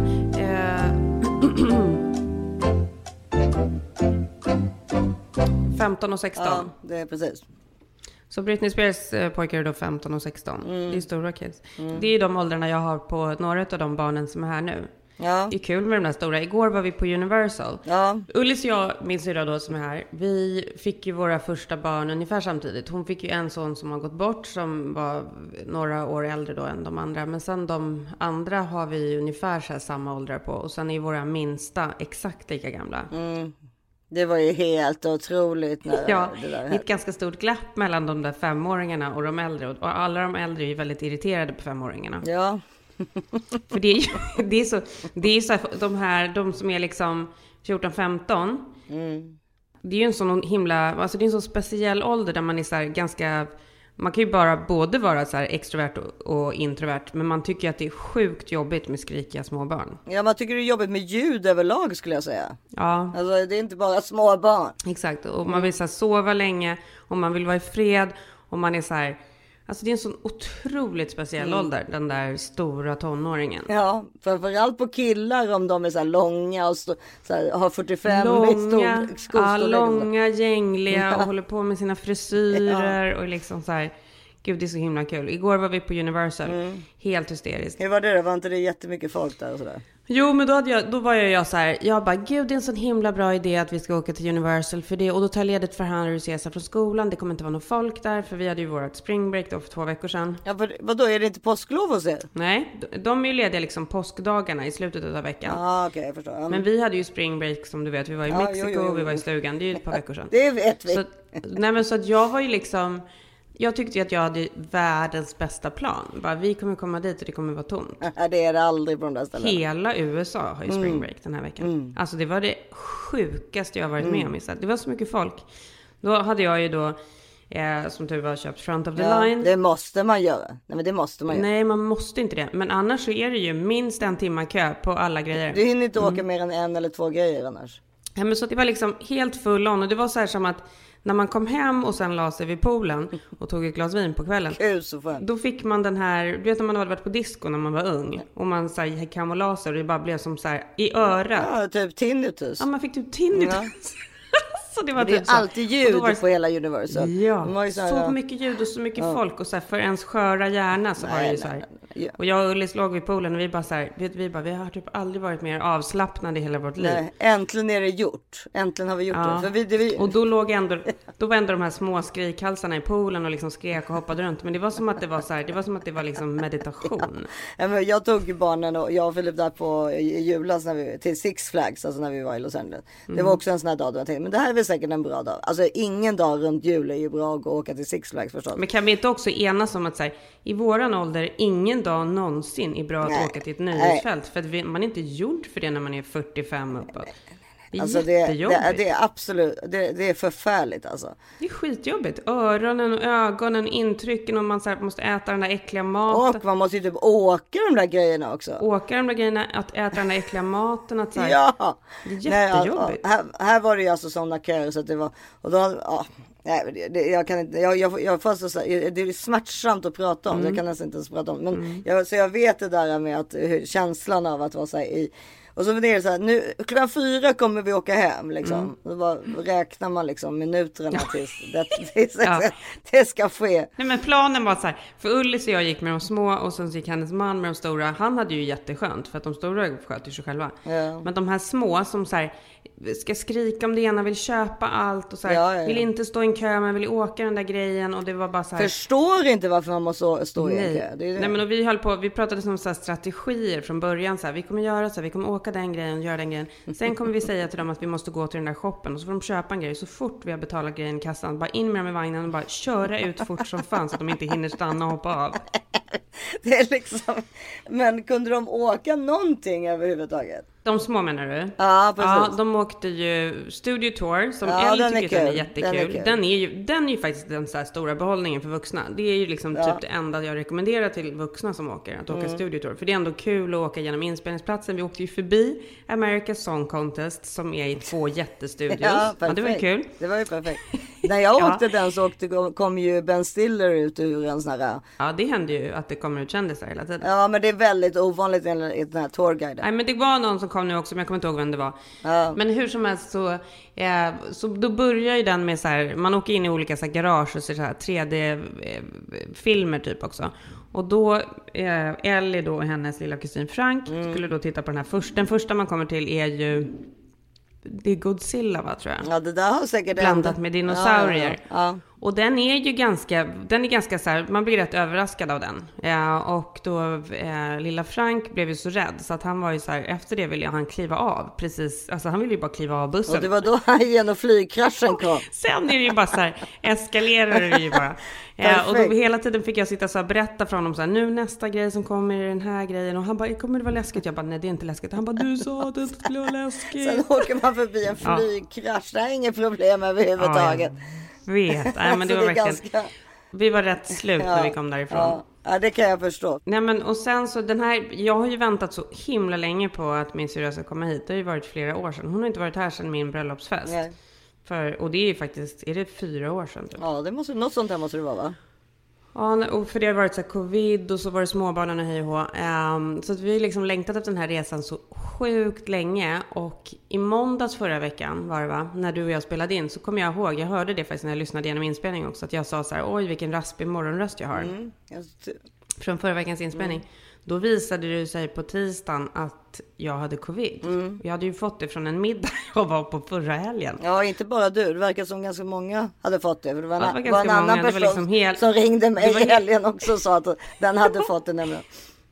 15 och 16. Ja, det är precis. Så Britney Spears pojkar är då 15 och 16. Det är stora kids. Det är de åldrarna jag har på några av de barnen som är här nu. Ja. Det är kul med de där stora. Igår var vi på Universal. Ja. Ullis och jag, min syrra då som är här, vi fick ju våra första barn ungefär samtidigt. Hon fick ju en son som har gått bort som var några år äldre då än de andra. Men sen de andra har vi ungefär så här samma åldrar på. Och sen är våra minsta exakt lika gamla. Det var ju helt otroligt. När Ja, det där det är ett ganska stort glapp mellan de där 5-åringarna och de äldre. Och alla de äldre är ju väldigt irriterade på 5-åringarna. Ja. För det är så de som är liksom 14-15. Det är ju en sån himla, alltså det är en sån speciell ålder där man är så här ganska, man kan ju bara både vara så här extrovert och introvert, men man tycker att det är sjukt jobbigt med skrikiga småbarn. Ja, man tycker det är jobbigt med ljud överlag skulle jag säga. Ja. Alltså det är inte bara små barn. Exakt, och man vill så här sova länge och man vill vara i fred och man är så här, alltså det är en sån otroligt speciell ålder, den där stora tonåringen. Ja, framförallt på killar om de är så här långa och så här, har 45 långa, gängliga och håller på med sina frisyrer och liksom så här, gud det är så himla kul. Igår var vi på Universal, helt hysteriskt. Hur var det? Var inte det jättemycket folk där och sådär? Jo, men då var jag så här, jag bara, gud det är en sån himla bra idé att vi ska åka till Universal för det. Och då tar ledigt för Harry och Cesar från skolan. Det kommer inte vara någon folk där, för vi hade ju vårt spring break då för 2 veckor sedan. Ja, vadå, är det inte påsklov hos er? Nej, de är ju lediga liksom påskdagarna i slutet av veckan. Ja, okej, jag förstår. Men vi hade ju spring break som du vet, vi var i Mexiko, vi var i stugan, det är ju ett par veckor sedan. Det vet vi. Så att jag var ju liksom, jag tyckte ju att jag hade världens bästa plan. Bara, vi kommer komma dit och det kommer vara tomt. Det är det aldrig på de där ställena. Hela USA har ju spring break den här veckan. Alltså det var det sjukaste jag varit med om. Det var så mycket folk. Då hade jag ju då, som tur var, köpt front of the line. Det måste man göra. Nej, men det måste man göra. Nej, man måste inte det. Men annars så är det ju minst 1 timme kö på alla grejer. Du hinner inte åka mer än 1 eller 2 grejer annars. Ja, men så det var liksom helt full on. Och det var så här som att när man kom hem och sen la sig vid poolen och tog ett glas vin på kvällen. Då fick man den här, du vet när man hade varit på disco när man var ung. Och man så här, kam och la sig och det bara blev som så här i örat. Ja, typ tinnitus. Ja, man fick typ tinnitus. Ja. Så det var det är typ så. alltid ljud på hela Universal. Ja, så mycket ljud och så mycket folk. Och så här, för ens sköra hjärna så var det ju så här. Ja. Och jag och Ullis låg vid poolen och vi bara så här, vi har typ aldrig varit mer avslappnade i hela vårt liv. Nej, äntligen är det gjort. Äntligen har vi gjort det. För och då var ändå de här små skrikhalsarna i poolen och liksom skrek och hoppade runt. Men det var som att det var så här, det var som att det var liksom meditation. Ja, men jag tog ju barnen och jag och Filip där på julas till Six Flags, alltså när vi var i Los Angeles. Det var också en sån här dag då jag tänkte, men det här är väl säkert en bra dag. Alltså ingen dag runt jul är ju bra att åka till Six Flags förstås. Men kan vi inte också enas om att så här, i våran ålder, ingen dag någonsin är bra att åka till ett nöjesfält. För att man är inte gjord för det när man är 45 uppåt. Alltså det är absolut, det är förfärligt alltså. Det är skitjobbigt. Öronen och ögonen, intrycken och man så här, måste äta den där äckliga maten. Och man måste ju typ åka de där grejerna också. Att äta den där äckliga maten. Att så här, ja. Det är jättejobbigt. Här var det ju alltså sådana köer så att det var, och då, nej, jag kan inte, jag fast så här, det är smärtsamt att prata om, jag kan nästan inte ens prata om. Men så jag vet det där med att känslan av att vara så här i. Och så är det så här, nu klockan 4 kommer vi åka hem liksom. Då bara räknar man liksom minuterna tills det ska ske. Nej, men planen var så här, för Ullis och jag gick med de små och sen gick hennes man med de stora. Han hade ju jätteskönt för att de stora sköter sig själva. Ja. Men de här små som så här ska skrika om det ena, vill köpa allt och så här, vill inte stå i en kö men vill åka den där grejen och det var bara så här. Förstår inte varför man måste stå i en kö. Nej, men och vi pratade som så här strategier från början så här, vi kommer göra så här, vi kommer åka åka den grejen, göra den grejen. Sen kommer vi säga till dem att vi måste gå till den där shoppen och så får de köpa en grej. Så fort vi har betalat grejen i kassan, bara in med dem i vagnen och bara köra ut fort som fan så att de inte hinner stanna och hoppa av. Det är liksom... Men kunde de åka någonting överhuvudtaget? De små menar du? Ja, precis. Ja, de åkte ju Studio Tour som Elle tycker är jättekul. Den är ju faktiskt den så här stora behållningen för vuxna. Det är ju liksom typ det enda jag rekommenderar till vuxna som åker, att åka Studio Tour. För det är ändå kul att åka genom inspelningsplatsen. Vi åkte ju förbi America's Song Contest som är i 2 jättestudios. Ja, det var kul. Det var ju perfekt. När jag åkte den så kom ju Ben Stiller ut ur en sån här... Ja, det händer ju att det kommer ut kändisar hela tiden. Ja, men det är väldigt ovanligt i den här tourguiden. Nej, men det var någon som kom nu också, men jag kommer inte ihåg vem det var. Ja. Men hur som helst så då börjar ju den med så här, man åker in i olika så här garage och ser så här 3D-filmer typ också. Och då Ellie då och hennes lilla kusin Frank skulle då titta på den här den första man kommer till är ju det är Godzilla, va, tror jag. Ja, det där har säkert blandat med dinosaurier. Ja. Och den är ju ganska så här, man blir rätt överraskad av den. Och då lilla Frank blev ju så rädd så att han var ju så här, efter det ville han kliva av precis, alltså han ville ju bara kliva av bussen. Och det var då genom flygkraschen kom. Sen är det ju bara så här, eskalerar det ju bara. Och då hela tiden fick jag sitta så här, berätta för honom så här, nu nästa grej som kommer är den här grejen. Och han bara, kommer det vara läskigt? Jag bara, nej det är inte läskigt. Han bara, du sa att det inte skulle vara läskigt. Sen åker man förbi en flygkrasch, det är inget problem överhuvudtaget. Vet. Nej, men det var verkligen... Vi var rätt slut när vi kom därifrån. Ja, det kan jag förstå. Nej, men och sen så den här... Jag har ju väntat så himla länge på att min syrra ska komma hit. Det har ju varit flera år sedan. Hon har inte varit här sedan min bröllopsfest. Nej. Och det är ju faktiskt... Är det 4 år sedan? Typ? Ja, något sånt här måste det vara, va? Ja, och för det har varit så här covid och så var det småbarnen och hej och hå. Så att vi har liksom längtat efter den här resan så sjukt länge. Och i måndags förra veckan var det, va? När du och jag spelade in så kom jag ihåg, jag hörde det faktiskt när jag lyssnade igenom inspelningen också, att jag sa så här, oj vilken raspig morgonröst jag har. Från förra veckans inspelning. Då visade det sig på tisdagen att jag hade covid. Jag hade ju fått det från en middag jag var på förra helgen. Ja, inte bara du. Det verkar som ganska många hade fått det. För det var en annan person liksom som ringde mig i helgen också och sa att den hade fått det nämligen.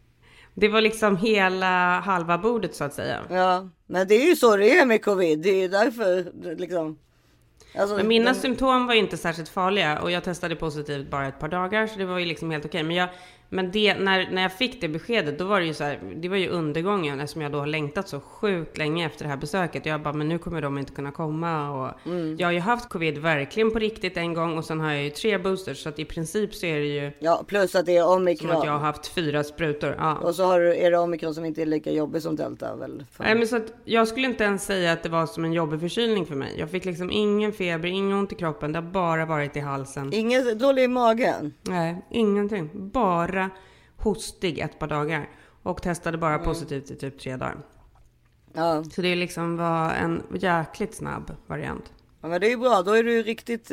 Det var liksom hela halva bordet så att säga. Ja, men det är ju så det är med covid. Det är ju därför liksom... Alltså, men mina symptom var inte särskilt farliga och jag testade positivt bara ett par dagar så det var ju liksom helt okej. Men det, när jag fick det beskedet, då var det ju så här, det var ju undergången eftersom jag då har längtat så sjukt länge efter det här besöket. Jag bara, men nu kommer de inte kunna komma och jag har ju haft covid verkligen på riktigt en gång och sen har jag ju 3 boosters så att i princip så är det ju... Ja, plus att det är omikron. Som att jag har haft 4 sprutor, ja. Och så är det omikron som inte är lika jobbig som delta väl? Nej, men så att jag skulle inte ens säga att det var som en jobbig förkylning för mig. Jag fick liksom ingen feber, ingen ont i kroppen, det har bara varit i halsen. Ingen dålig i magen? Nej, ingenting. Bara hostig ett par dagar och testade bara positivt i typ 3 dagar. Ja. Så det liksom var en jäkligt snabb variant. Ja, men det är ju bra, då är du riktigt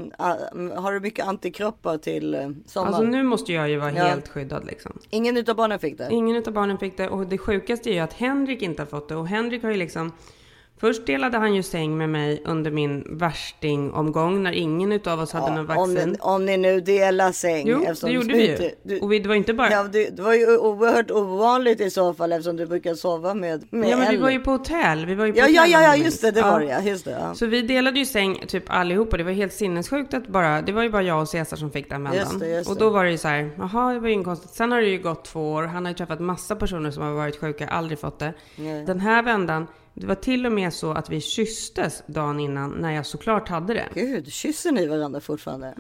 har du mycket antikroppar till sommaren. Alltså nu måste jag ju vara helt skyddad liksom. Ingen utav barnen fick det? Ingen utav barnen fick det och det sjukaste är ju att Henrik inte har fått det och Henrik har ju liksom... Först delade han ju säng med mig under min värstingomgång när ingen utav oss hade någon vaccin. Om ni nu delar säng. Jo, det gjorde vi ju. Och det var inte bara... Ja, det var ju oerhört ovanligt i så fall eftersom du brukar sova med ja, men vi var ju på hotell. Ja, just det var det. Just det, ja. Så vi delade ju säng typ allihopa. Det var helt sinnessjukt att det var ju bara jag och Cesar som fick den vändan. Just det. Och då var det ju så här, jaha, det var ju konstigt. Sen har det ju gått 2 år. Han har ju träffat massa personer som har varit sjuka, aldrig fått det. Nej. Den här vändan, det var till och med så att vi kysstes dagen innan när jag såklart hade det. Gud, kysser ni varandra fortfarande?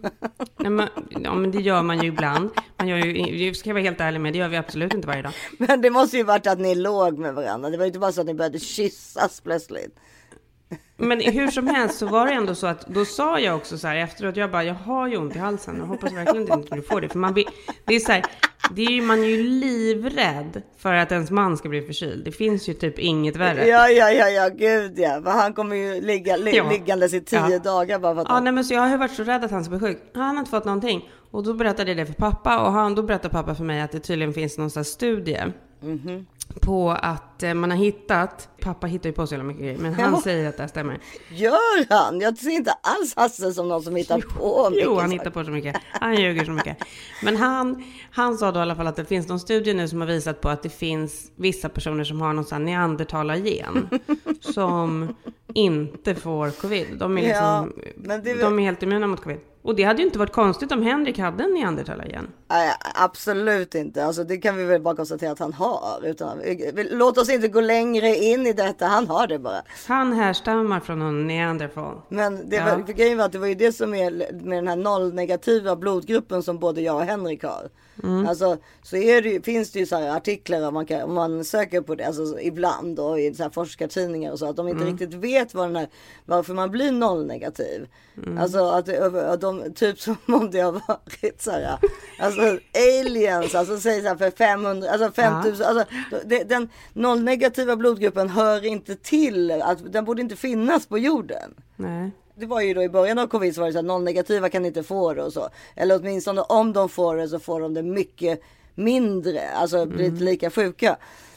Men det gör man ju ibland. Jag ska vara helt ärlig med, det gör vi absolut inte varje dag. Men det måste ju varit att ni låg med varandra. Det var inte bara så att ni började kyssas plötsligt. Men hur som helst så var det ändå så att då sa jag också så här efteråt, jag har ju ont i halsen. Jag hoppas verkligen inte du får det. För det är så här, man är ju livrädd för att ens man ska bli förkyld. Det finns ju typ inget värre. Ja, gud ja. För han kommer ju liggandes i 10 dagar bara för att... Ja, nej men så jag har ju varit så rädd att han ska bli sjuk. Han har inte fått någonting. Och då berättade jag det för pappa och då berättade pappa för mig att det tydligen finns någon sån här studie på att man har hittat, pappa hittar ju på så jävla mycket grejer, men han säger att det stämmer. Gör han? Jag ser inte alls Hasse som någon som hittar på mycket. Jo, han hittar på så mycket. Han ljuger så mycket. Men han sa då i alla fall att det finns någon studie nu som har visat på att det finns vissa personer som har någon sån här neandertalargen som inte får covid. De är liksom, de är helt immuna mot covid. Och det hade ju inte varit konstigt om Henrik hade en neandertalargen. Nej, absolut inte. Alltså, det kan vi väl bara konstatera att han har. Utan, låt oss inte gå längre in i detta. Han har det bara. Han härstammar från någon neandertal. Men det var, grejen var att det var ju det som är med den här nollnegativa blodgruppen som både jag och Henrik har. Alltså, så är det, finns det ju så här artiklar om man söker på det, alltså ibland och i så här forskartidningar och så, att de inte riktigt vet varför man blir nollnegativ. Alltså att de typ som om det har varit så här, alltså aliens, alltså säg så här för 500, alltså 5000, alltså den nollnegativa blodgruppen hör inte till, att den borde inte finnas på jorden. Nej. Det var ju då i början av covid så var det så att nollnegativa kan inte få det och så. Eller åtminstone om de får det så får de det mycket mindre. Alltså blir inte lika sjuka.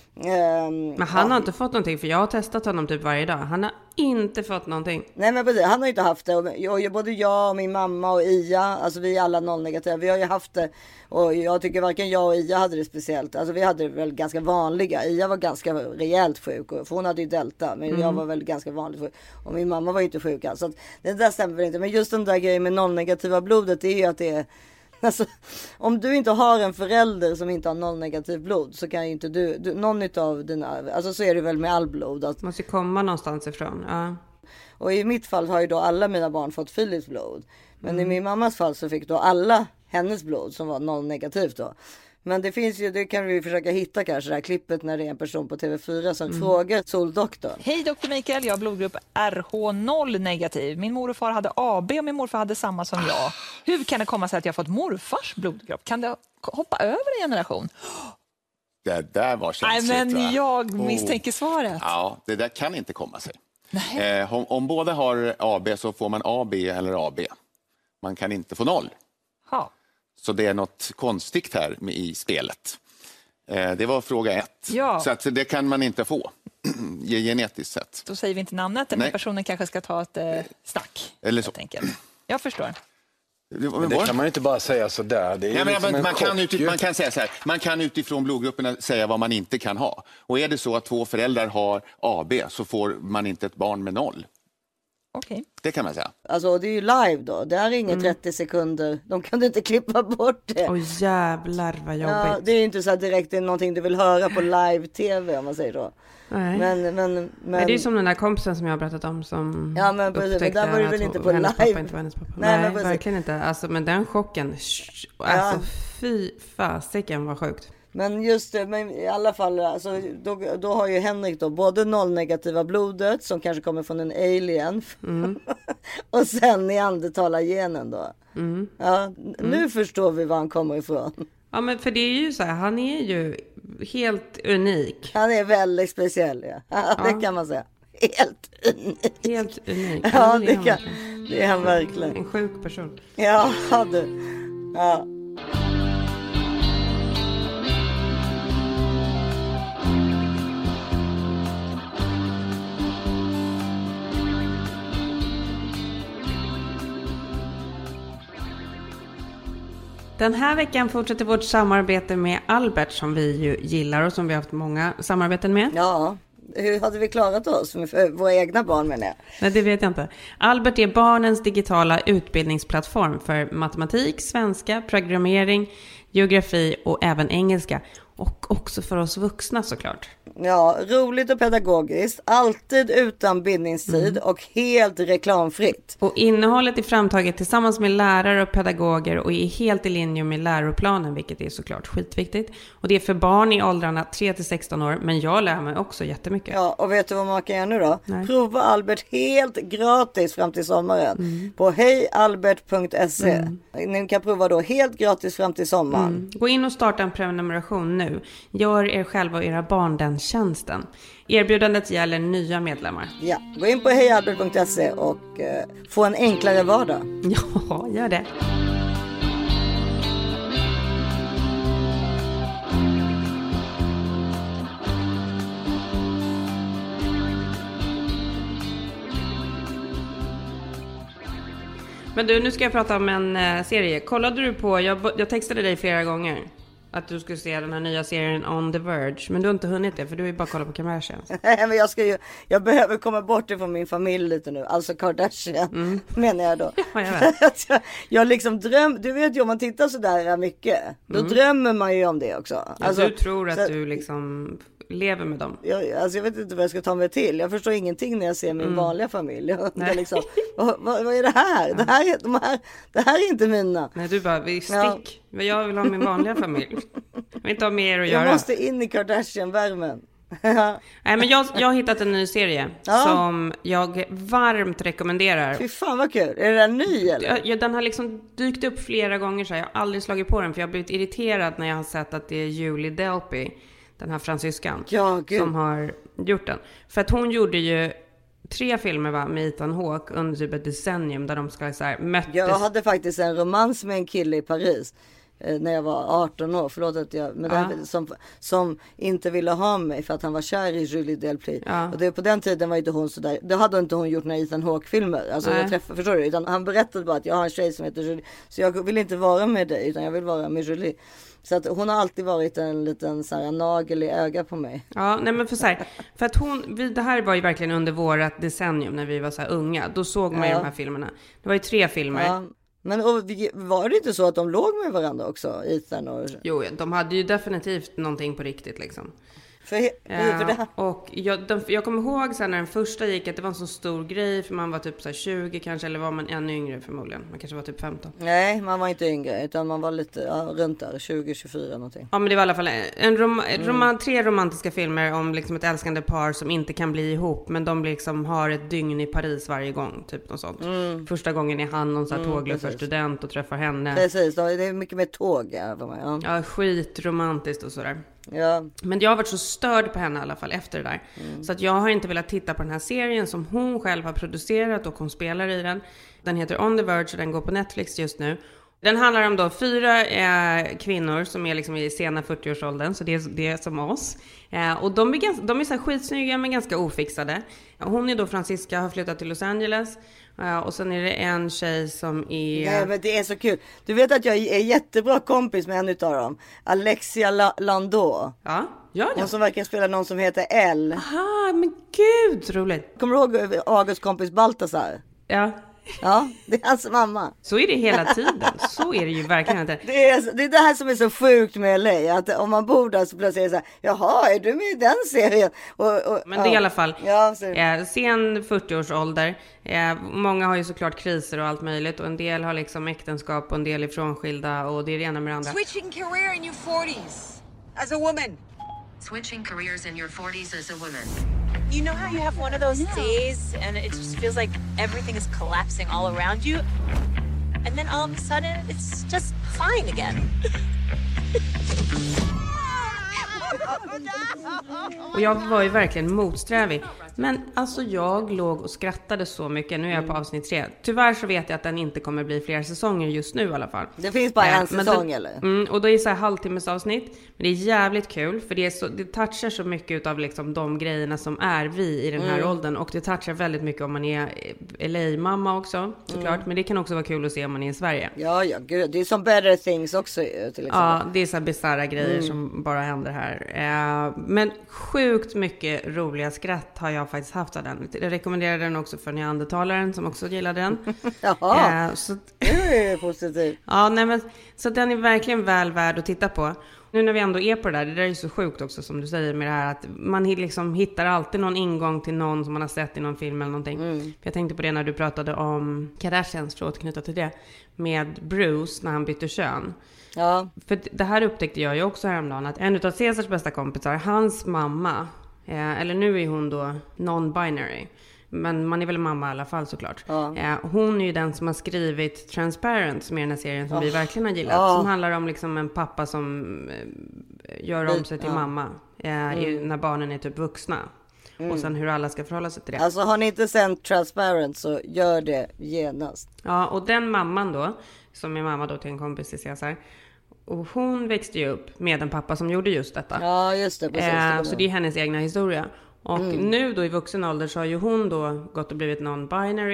Men han har inte fått någonting, för jag har testat honom typ varje dag. Han har inte fått någonting. Nej, men precis, han har inte haft det. Och både jag och min mamma och Ia, alltså vi är alla nollnegativa. Vi har ju haft det. Och jag tycker varken jag och Ia hade det speciellt. Alltså vi hade det väl ganska vanliga. Ia var ganska rejält sjuk, för hon hade ju delta. Men jag var väl ganga vanligt sjuk. Och min mamma var ju inte sjuk. Så att det där stämmer väl inte. Men just den där grejen med nollnegativa blodet, det är ju att det är... Alltså, om du inte har en förälder som inte har nollnegativ blod, så kan ju inte du någon utav dina, alltså så är det väl med all blod. Att, måste komma någonstans ifrån, ja. Och i mitt fall har ju då alla mina barn fått Philips blod. Men i min mammas fall så fick då alla hennes blod som var nollnegativt då. Men det finns ju, det kan vi försöka hitta kanske, det här klippet när det är en person på TV4 som frågar Soldoktorn. Hej Dr. Mikael, jag har blodgrupp RH0 negativ. Min mor och far hade AB och min morfar hade samma som jag. Hur kan det komma sig att jag fått morfars blodgrupp? Kan det hoppa över en generation? Det där var känsligt. Nej, men jag misstänker svaret. Ja, det där kan inte komma sig. Om båda har AB så får man AB eller AB. Man kan inte få 0. Ja. Så det är något konstigt här i spelet. Det var fråga 1. Ja. Så att det kan man inte få genetiskt sett. Då säger vi inte namnet. Den personen kanske ska ta ett snack. Eller så. Jag förstår. Men det kan man ju inte bara säga så där. Det är man kan utifrån blodgrupperna säga vad man inte kan ha. Och är det så att 2 föräldrar har AB så får man inte ett barn med 0. Okej. Det kan man säga. Alltså det är ju live då. Det är inga 30 sekunder. De kan inte klippa bort det. Åh jävlar vad jobbigt. Ja, det är ju inte så att direkt det är någonting du vill höra på live-tv om man säger så. Nej. Men det är ju som den där kompisen som jag har berättat om som men precis, men där var det väl inte på live. Pappa inte var hennes pappa. Nej, verkligen inte. Alltså, men den chocken, alltså fy fasiken var sjukt. Men just det, men i alla fall, alltså, då har ju Henrik då både nollnegativa blodet som kanske kommer från en alien och sen neandertalargenen då. Nu förstår vi var han kommer ifrån. Ja, men för det är ju så här, han är ju helt unik. Han är väldigt speciell, det kan man säga. Helt unik. Ja, det är han verkligen. En sjuk person. Ja, du. Ja. Den här veckan fortsätter vårt samarbete med Albert som vi ju gillar och som vi har haft många samarbeten med. Ja, hur hade vi klarat oss med våra egna barn menar jag? Nej, det vet jag inte. Albert är barnens digitala utbildningsplattform för matematik, svenska, programmering, geografi och även engelska. Och också för oss vuxna såklart. Ja, roligt och pedagogiskt. Alltid utan bindningstid och helt reklamfritt. Och innehållet är framtaget tillsammans med lärare och pedagoger och är helt i linje med läroplanen, vilket är såklart skitviktigt. Och det är för barn i åldrarna 3-16 år, men jag lär mig också jättemycket. Ja, och vet du vad man kan göra nu då? Nej. Prova Albert helt gratis fram till sommaren på hejalbert.se. Ni kan prova då helt gratis fram till sommaren. Gå in och starta en prenumeration nu. Gör er själva och era barn den tjänsten. Erbjudandet gäller nya medlemmar. Ja, gå in på hejalbert.se och få en enklare vardag. Ja, gör det. Men du, nu ska jag prata om en serie. Kollade du på, jag textade dig flera gånger att du skulle se den här nya serien On the Verge. Men du har inte hunnit det, för du har ju bara kollat på Kardashians. Nej, men jag behöver komma bort ifrån min familj lite nu. Alltså Kardashian, menar jag då. Ja, jag vet. Jag liksom du vet ju, om man tittar så där mycket, då drömmer man ju om det också. Alltså, du tror att du liksom lever med dem. Jag vet inte vad jag ska ta mig till. Jag förstår ingenting när jag ser min vanliga familj. Jag liksom, vad är det här? Det här är inte mina. Nej, du bara, stick. Ja. Jag vill ha min vanliga familj. Jag vill inte ha med er att göra. Jag måste in i Kardashian-värmen. Nej, men jag har hittat en ny serie som jag varmt rekommenderar. Fy fan vad kul. Är den ny eller? Ja, den har liksom dykt upp flera gånger så jag har aldrig slagit på den, för jag har blivit irriterad när jag har sett att det är Julie Delpy, den här fransyskan, som har gjort den. För att hon gjorde ju 3 filmer med Ethan Hawke under typ ett decennium där de ska så här möttes. Jag hade faktiskt en romans med en kille i Paris när jag var 18 år, förlåt att jag, men som inte ville ha mig för att han var kär i Julie Delpy. Och det, på den tiden var inte hon så där, då hade inte hon gjort några Ethan Hawke-filmer. Alltså förstår du? Utan han berättade bara att jag har en tjej som heter Julie, så jag vill inte vara med dig, utan jag vill vara med Julie. Så att hon har alltid varit en liten så här nagel i öga på mig. Ja, nej men för att det här var ju verkligen under vårat decennium när vi var så här unga. Då såg man ju de här filmerna. Det var ju 3 filmer. Ja. Men var det inte så att de låg med varandra också, Ethan och... Jo, de hade ju definitivt någonting på riktigt liksom. För det. Och jag kommer ihåg sen när den första gick att det var en så stor grej, för man var typ så här 20 kanske, eller var man ännu yngre förmodligen. Man kanske var typ 15. Nej, man var inte yngre, utan man var lite runt där, 20-24 någonting. Ja, men det var i alla fall 3 romantiska filmer om liksom ett älskande par som inte kan bli ihop, men de liksom har ett dygn i Paris varje gång, typ något sånt. Första gången är han någon sån här tågluffar-student och träffar henne. Precis, det är mycket mer tåg för mig. Ja, skitromantiskt och sådär. Ja. Men jag har varit så störd på henne i alla fall efter det där. Så att jag har inte velat titta på den här serien som hon själv har producerat och hon spelar i den. Den heter On the Verge och den går på Netflix just nu. Den handlar om då 4 kvinnor som är liksom i sena 40-årsåldern, så det är som oss. Och de är så här skitsnygga men ganska ofixade. Hon är då Francisca, har flyttat till Los Angeles. Och sen är det en tjej som är... Nej, men det är så kul. Du vet att jag är jättebra kompis med en utav dem. Alexia Landau. Ja. Hon som verkar spela någon som heter L. Aha, men gud, roligt. Kommer du ihåg Augusts kompis Baltasar? Ja. Ja, det är hans mamma. Så är det hela tiden. Så är det ju verkligen inte. Det är det här som är så sjukt med LA. Att om man bor där så plötsligt är det så här, jaha, är du med i den serien? Men det är i alla fall sen 40-årsålder. Många har ju såklart kriser och allt möjligt. Och en del har liksom äktenskap och en del är frånskilda. Och det är det ena med det andra. Switching career in your 40s as a woman. Switching careers in your 40s as a woman. You know how you have one of those days and it just feels like everything is collapsing all around you? And then all of a sudden, it's just fine again. Och jag var ju verkligen motsträvig. Men alltså jag låg och skrattade så mycket. Nu är jag på avsnitt 3. Tyvärr så vet jag att den inte kommer bli fler säsonger just nu i alla fall. Det finns bara en säsong eller? Och då är det så här halvtimmes avsnitt. Men det är jävligt kul. För det touchar så mycket av liksom de grejerna som är vi i den här åldern. Och det touchar väldigt mycket om man är LA-mamma också såklart. Men det kan också vara kul att se om man är i Sverige. Ja, gud. Det är som Better Things också till exempel. Ja, det är så här bizarra grejer som bara händer här. Men sjukt mycket roliga skratt har jag faktiskt haft av den. Jag rekommenderar den också för neandertalaren som också gillade den. Jaha, så det är positivt. Ja, nej, men, så den är verkligen väl värd att titta på. Nu när vi ändå är på det där är ju så sjukt också som du säger med det här att man liksom hittar alltid någon ingång till någon som man har sett i någon film eller någonting. För jag tänkte på det när du pratade om Kardashians, för att knyta till det, med Bruce när han bytte kön. Ja. För det här upptäckte jag ju också häromdagen, att en av Caesars bästa kompisar, hans mamma, eller nu är hon då non-binary, men man är väl mamma i alla fall såklart. Hon är ju den som har skrivit Transparent, som är den här serien som vi verkligen har gillat. Som handlar om liksom en pappa som gör om sig till mamma när barnen är typ vuxna. Och sen hur alla ska förhålla sig till det. Alltså har ni inte sänt Transparent så gör det genast. Ja, och den mamman då, som är mamma då till en kompis till Cesar, och hon växte ju upp med en pappa som gjorde just detta. Ja, just det, precis. Så det är hennes egna historia. Och nu då i vuxen ålder så har ju hon då gått och blivit non-binary.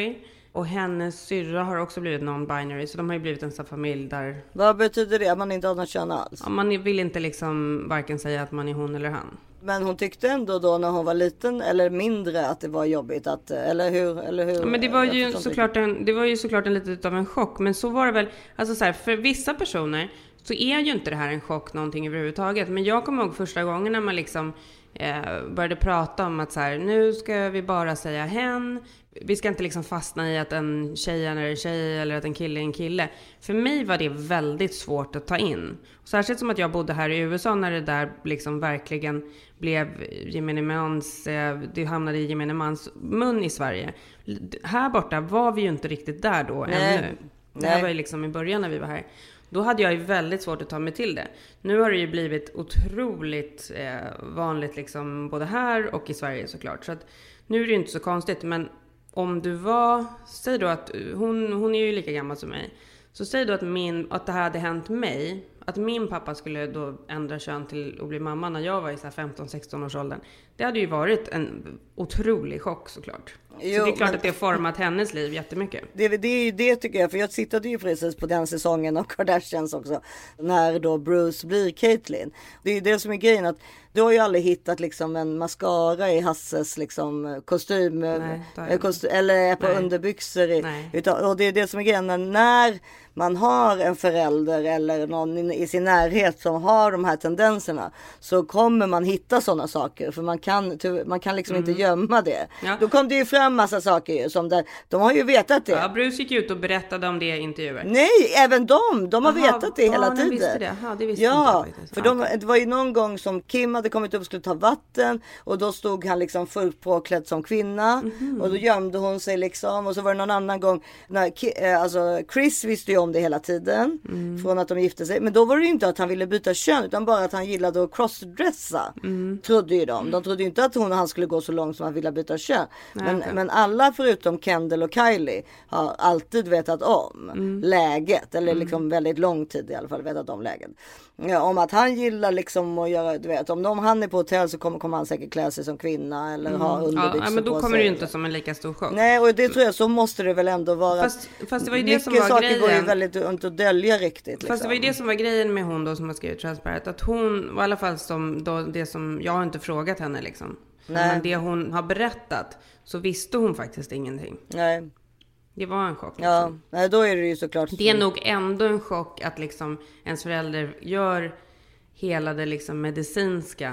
Och hennes syrra har också blivit non-binary, så de har ju blivit en sån familj där... Vad betyder det? Att man inte har något kön alls? Ja, man vill inte liksom varken säga att man är hon eller han. Men hon tyckte ändå då när hon var liten eller mindre att det var jobbigt att, eller hur? Ja, men det var ju såklart en lite av en chock. Men så var det väl, alltså så här, för vissa personer så är ju inte det här en chock någonting överhuvudtaget. Men jag kommer ihåg första gången när man liksom började prata om att så här, nu ska vi bara säga hen. Vi ska inte liksom fastna i att en tjej är en tjej eller att en kille är en kille. För mig var det väldigt svårt att ta in. Särskilt som att jag bodde här i USA när det där liksom verkligen blev gemene mans, det hamnade i gemene mans mun i Sverige. Här borta var vi ju inte riktigt där då ännu. Det här var ju liksom i början när vi var här. Då hade jag ju väldigt svårt att ta mig till det. Nu har det ju blivit otroligt vanligt liksom både här och i Sverige såklart. Så att nu är det ju inte så konstigt, men om du var, säg då att hon är ju lika gammal som mig. Så säg då att det här hade hänt mig, att min pappa skulle då ändra kön till att bli mamma när jag var i så här 15-16 års åldern. Det hade ju varit en otrolig chock såklart. Jo, så det är klart att det har format hennes liv jättemycket. Det är ju det tycker jag, för jag sittade ju precis på den säsongen av Kardashians också. När då Bruce blir Caitlyn. Det är ju det som är grejen, att du har ju aldrig hittat liksom en mascara i Hasses liksom kostym. Eller på underbyxor. Och det är det som är grejen, när man har en förälder eller någon i sin närhet som har de här tendenserna, så kommer man hitta sådana saker. För man kan liksom inte gömma det. Ja. Då kom det ju fram massa saker som de har ju vetat det. Ja, Bruce gick ut och berättade om det i intervjuer. Nej, även de har vetat det hela tiden. Visste det. Ja, det visste ja, inte jag för det var ju någon gång som Kim hade kommit upp och skulle ta vatten, och då stod han liksom fullt påklädd som kvinna, och då gömde hon sig liksom. Och så var det någon annan gång när Chris visste ju om det hela tiden från att de gifte sig, men då var det ju inte att han ville byta kön, utan bara att han gillade att crossdressa, trodde ju de trodde ju inte att hon och han skulle gå så långt som han ville byta kön. Men alla förutom Kendall och Kylie har alltid vetat om läget, eller liksom väldigt lång tid i alla fall vetat om läget. Ja, om att han gillar liksom att göra, du vet, om han är på hotell så kommer han säkert klä sig som kvinna eller ha underbyxor. Ja, men då kommer det ju inte som en lika stor chock. Nej, och det tror jag, så måste det väl ändå vara. Fast det var ju det som var grejen. Mycket saker går ju väldigt inte att dölja riktigt. Liksom. Fast det var ju det som var grejen med hon då som har skrivit Transparent, att hon, i alla fall som då, det som, jag har inte frågat henne liksom. Nej. Men det hon har berättat, så visste hon faktiskt ingenting. Nej. Det var en chock. Liksom. Ja, då är det ju såklart. Det är nog ändå en chock att liksom ens förälder gör hela det liksom medicinska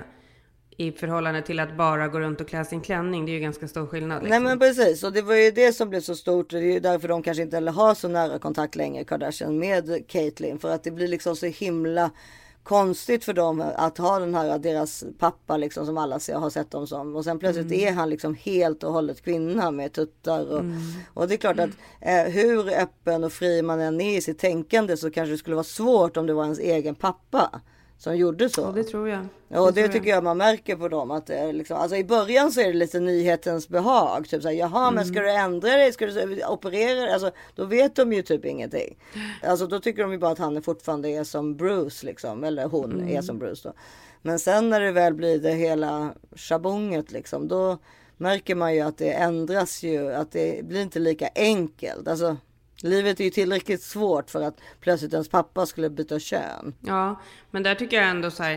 i förhållande till att bara gå runt och klä sin klänning. Det är ju ganska stor skillnad. Liksom. Nej, men precis. Och det var ju det som blev så stort. Det är ju därför de kanske inte har så nära kontakt längre, Kardashian, med Caitlyn. För att det blir liksom så himla konstigt för dem att ha den här, deras pappa liksom, som alla har sett dem som. Och sen plötsligt är han liksom helt och hållet kvinna med tuttar. Och det är klart att hur öppen och fri man än är i sitt tänkande, så kanske det skulle vara svårt om det var ens egen pappa som gjorde så. Ja, det tror jag. Och det tycker jag man märker på dem. Att liksom, alltså i början så är det lite nyhetens behag. Typ såhär, jaha, men ska du ändra dig? Ska du operera dig? Alltså, då vet de ju typ ingenting. Alltså då tycker de ju bara att han fortfarande är som Bruce liksom. Eller hon är som Bruce då. Men sen när det väl blir det hela schabonget liksom, då märker man ju att det ändras ju. Att det blir inte lika enkelt. Alltså, livet är ju tillräckligt svårt för att plötsligt ens pappa skulle byta kön. Ja, men där tycker jag ändå så här,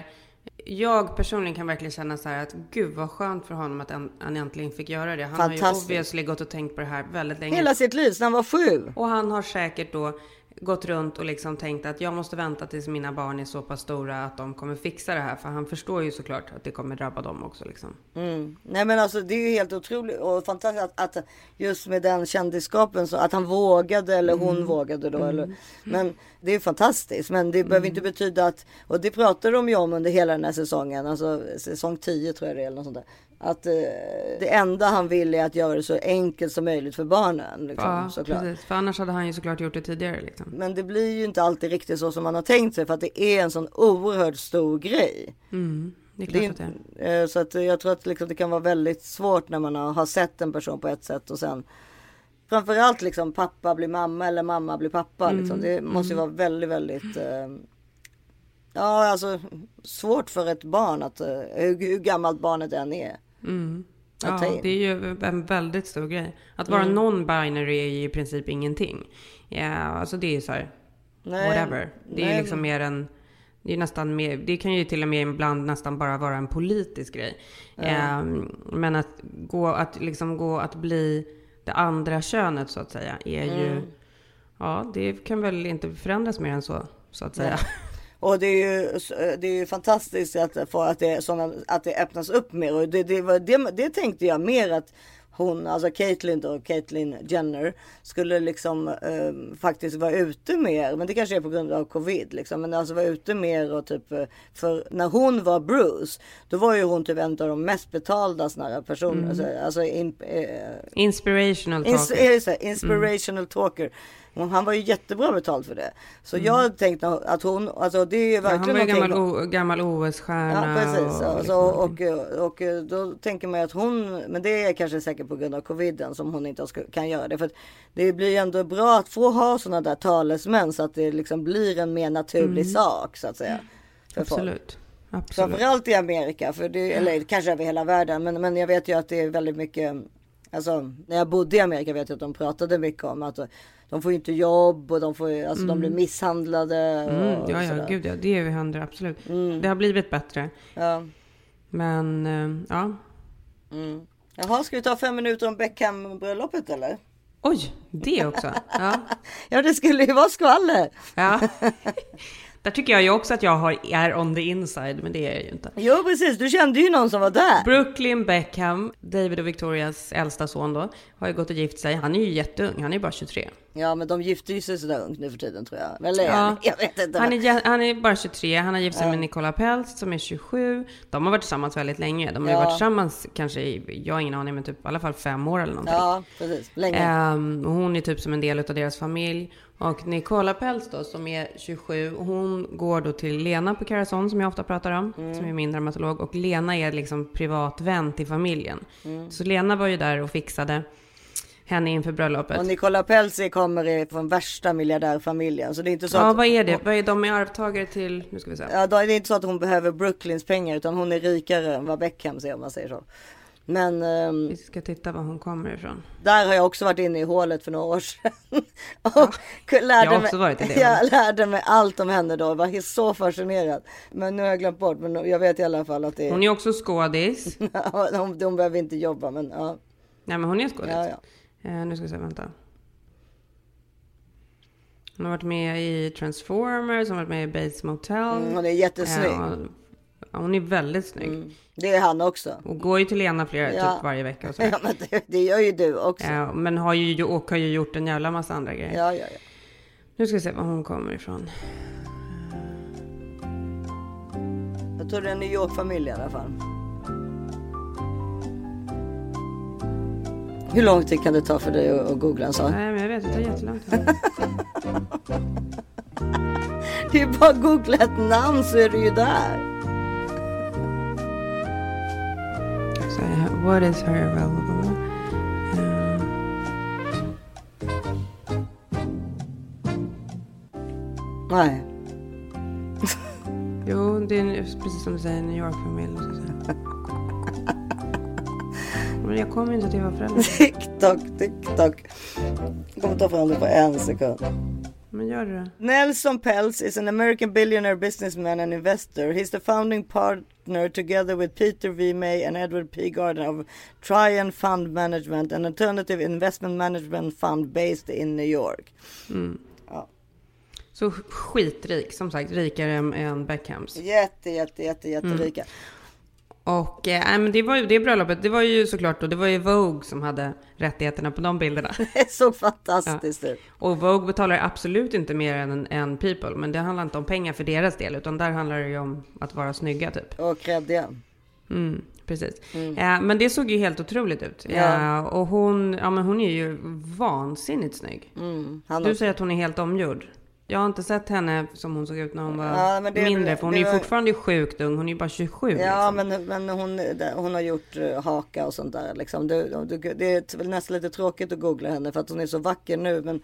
jag personligen kan verkligen känna så här att gud vad skönt för honom att han äntligen fick göra det. Han har ju obviously gått och tänkt på det här väldigt länge. Hela sitt liv, sedan han var 7. Och han har säkert då gått runt och liksom tänkt att jag måste vänta tills mina barn är så pass stora att de kommer fixa det här. För han förstår ju såklart att det kommer drabba dem också liksom. Nej, men alltså det är ju helt otroligt och fantastiskt att just med den kändisskapen, så att han vågade eller hon vågade då. Men det är fantastiskt, men det behöver inte betyda att, och det pratar de ju om under hela den här säsongen, alltså säsong 10 tror jag det är, eller något sånt där. Att det enda han vill är att göra det så enkelt som möjligt för barnen. Liksom, ja, såklart. Precis. För annars hade han ju såklart gjort det tidigare. Liksom. Men det blir ju inte alltid riktigt så som man har tänkt sig. För att det är en sån oerhört stor grej. Det är klart att det är. Så att jag tror att liksom det kan vara väldigt svårt när man har sett en person på ett sätt. Och sen framförallt liksom pappa blir mamma eller mamma blir pappa. Liksom. Det måste ju vara väldigt, väldigt... Ja, alltså svårt för ett barn att hur gammalt barnet än är. att ta in. Det är ju en väldigt stor grej. Att vara non-binary är ju i princip ingenting. Ja, alltså det är så här, whatever. Det är liksom mer en... Det är nästan mer, det kan ju till och med ibland nästan bara vara en politisk grej. Men att gå att bli det andra könet så att säga är ju... Ja, det kan väl inte förändras mer än så att säga. Och det är ju fantastiskt att det öppnas upp mer. Och det tänkte jag mer att hon, alltså Caitlyn Jenner, skulle liksom faktiskt vara ute mer. Men det kanske är på grund av covid liksom. Men alltså vara ute mer och typ, för när hon var Bruce, då var ju hon typ en av de mest betalda såna här personer. Alltså inspirational talker. Inspirational talker. Han var ju jättebra betalt för det. Så jag tänkte att hon, alltså det är verkligen han var ju gammal OS-stjärna. Ja, precis. Och då tänker man att hon, men det är kanske säkert på grund av coviden som hon inte kan göra det. För att det blir ändå bra att få ha sådana där talesmän så att det liksom blir en mer naturlig sak så att säga. Absolut. Framförallt i Amerika, eller kanske över hela världen. Men jag vet ju att det är väldigt mycket, alltså när jag bodde i Amerika vet jag att de pratade mycket om att de får ju inte jobb och de blir misshandlade. Gud ja, det händer absolut. Det har blivit bättre. Ja. Men, ja. Jaha, ska vi ta 5 minuter om Beckham-bröllopet eller? Oj, det också. Ja, ja det skulle ju vara skvaller. Ja. Där tycker jag ju också att jag är on the inside, men det är jag ju inte. Jo, precis. Du kände ju någon som var där. Brooklyn Beckham, David och Victorias äldsta son då, har ju gått och gift sig. Han är ju jätteung, han är bara 23. Ja, men de gifter ju sig sådär ungt nu för tiden tror jag. Eller, ja. Jag vet inte. Han är bara 23, han har gift sig med Nicola Peltz som är 27. De har varit tillsammans väldigt länge. De har ju varit tillsammans kanske, jag har ingen aning, men typ i alla fall 5 år eller någonting. Ja, precis. Länge. Och hon är typ som en del av deras familj. Och Nicola Peltz då, som är 27, hon går då till Lena på Carson som jag ofta pratar om, som är min dermatolog. Och Lena är liksom privat vän till familjen. Så Lena var ju där och fixade henne inför bröllopet. Och Nicola Peltz kommer från värsta miljardärfamiljen. Så det är inte så att... vad är det? Vad är de arvtagare till? Nu ska vi se. Ja, det är inte så att hon behöver Brooklyns pengar, utan hon är rikare än vad Beckham ser, om man säger så. Men vi ska titta var hon kommer ifrån. Där har jag också varit inne i hålet för några år sedan. Jag lärde mig allt om henne då. Jag var så fascinerad. Men nu har jag glömt bort. Men jag vet i alla fall att det är... Hon är också skådis. De behöver inte jobba, men ja. Nej, men hon är skådis. Ja. Nu ska vi se, vänta. Hon har varit med i Transformers, hon har varit med i Bates Motel. Hon är jättesnygg. Hon är väldigt snygg. Det är han också. Och går ju till Lena typ varje vecka. Och så. Ja, men det gör ju du också. Ja, men har ju gjort en jävla massa andra grejer. Ja. Nu ska vi se var hon kommer ifrån. Jag tror det är en New York-familj i alla fall. Hur lång tid kan det ta för dig att googla en sak? Nej, men jag vet, det tar jättelång tid. Det är bara att googla ett namn så är du ju där. So, what is her available? Nej. Jo, det är precis som du säger, New York-familj. Men jag kommer inte till vad föräldrar. TikTok. Jag kommer ta fram det på 1 sekund. Men gör det. Nelson Peltz is an American billionaire businessman and investor. He's the founding partner together with Peter V. May and Edward P. Gardner of Trian Fund Management, an alternative investment management fund based in New York. Ja. Så skitrik, som sagt, rikare än Beckhams. Jätterika. Och men det bröllopet, det var ju såklart då, det var ju Vogue som hade rättigheterna på de bilderna. Det är så fantastiskt. Ja. Och Vogue betalar absolut inte mer än People, men det handlar inte om pengar för deras del, utan där handlar det ju om att vara snygga typ. Och kreddiga. Precis. Men det såg ju helt otroligt ut. Och hon är ju vansinnigt snygg. Du säger att hon är helt omgjord. Jag har inte sett henne som hon såg ut när hon var mindre. För hon är ju fortfarande sjukt ung. Hon är ju bara 27. Ja, liksom. men hon har gjort haka och sånt där. Liksom. Det är väl nästan lite tråkigt att googla henne. För att hon är så vacker nu. Men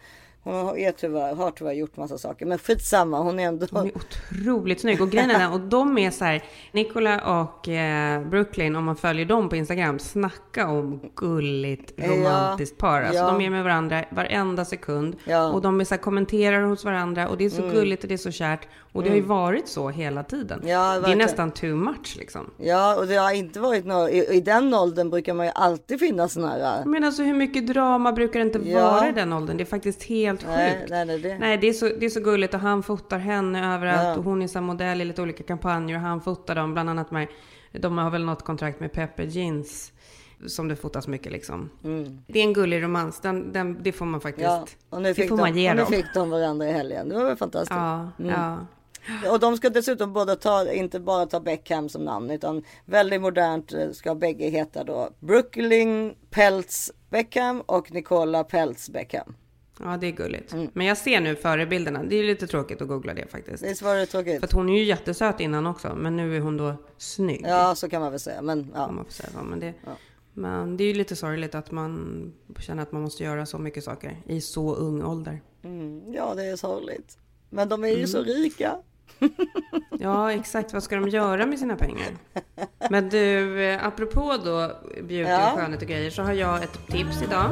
Hon har tyvärr gjort massa saker. Men skitsamma, hon är otroligt snygg. Och grejen är, och de är så här, Nicola och Brooklyn, om man följer dem på Instagram, snacka om gulligt romantiskt par. Alltså de är med varandra varenda sekund. Ja. Och de är så här, kommenterar hos varandra. Och det är så gulligt och det är så kärt. Och det har ju varit så hela tiden. Ja, det är nästan too much liksom. Ja, och det har inte varit i den åldern brukar man ju alltid finnas såna här. Men alltså hur mycket drama brukar det inte vara i den åldern? Det är faktiskt helt sjukt. Nej, det är så gulligt. Och han fotar henne överallt. Och hon är så modell i lite olika kampanjer. Och han fotar dem, bland annat med, de har väl något kontrakt med Pepper Jeans som det fotas mycket liksom. Det är en gullig romans. Det får man faktiskt. Och nu fick nu fick de varandra i helgen. Det var väl fantastiskt. Ja. Och de ska dessutom inte bara ta Beckham som namn, utan väldigt modernt ska bägge heta då Brooklyn Peltz Beckham och Nicola Peltz Beckham. Ja, det är gulligt. Men jag ser nu förebilderna. Det är lite tråkigt att googla det faktiskt. Det är tråkigt. För att hon är ju jättesöt innan också, men nu är hon då snygg. Ja, så kan man väl säga. Men men det är ju lite sorgligt att man känner att man måste göra så mycket saker i så ung ålder. Ja, det är sorgligt. Men de är ju så rika. Ja, exakt. Vad ska de göra med sina pengar? Men du, apropå då beauty och skönhet och grejer, så har jag ett tips idag.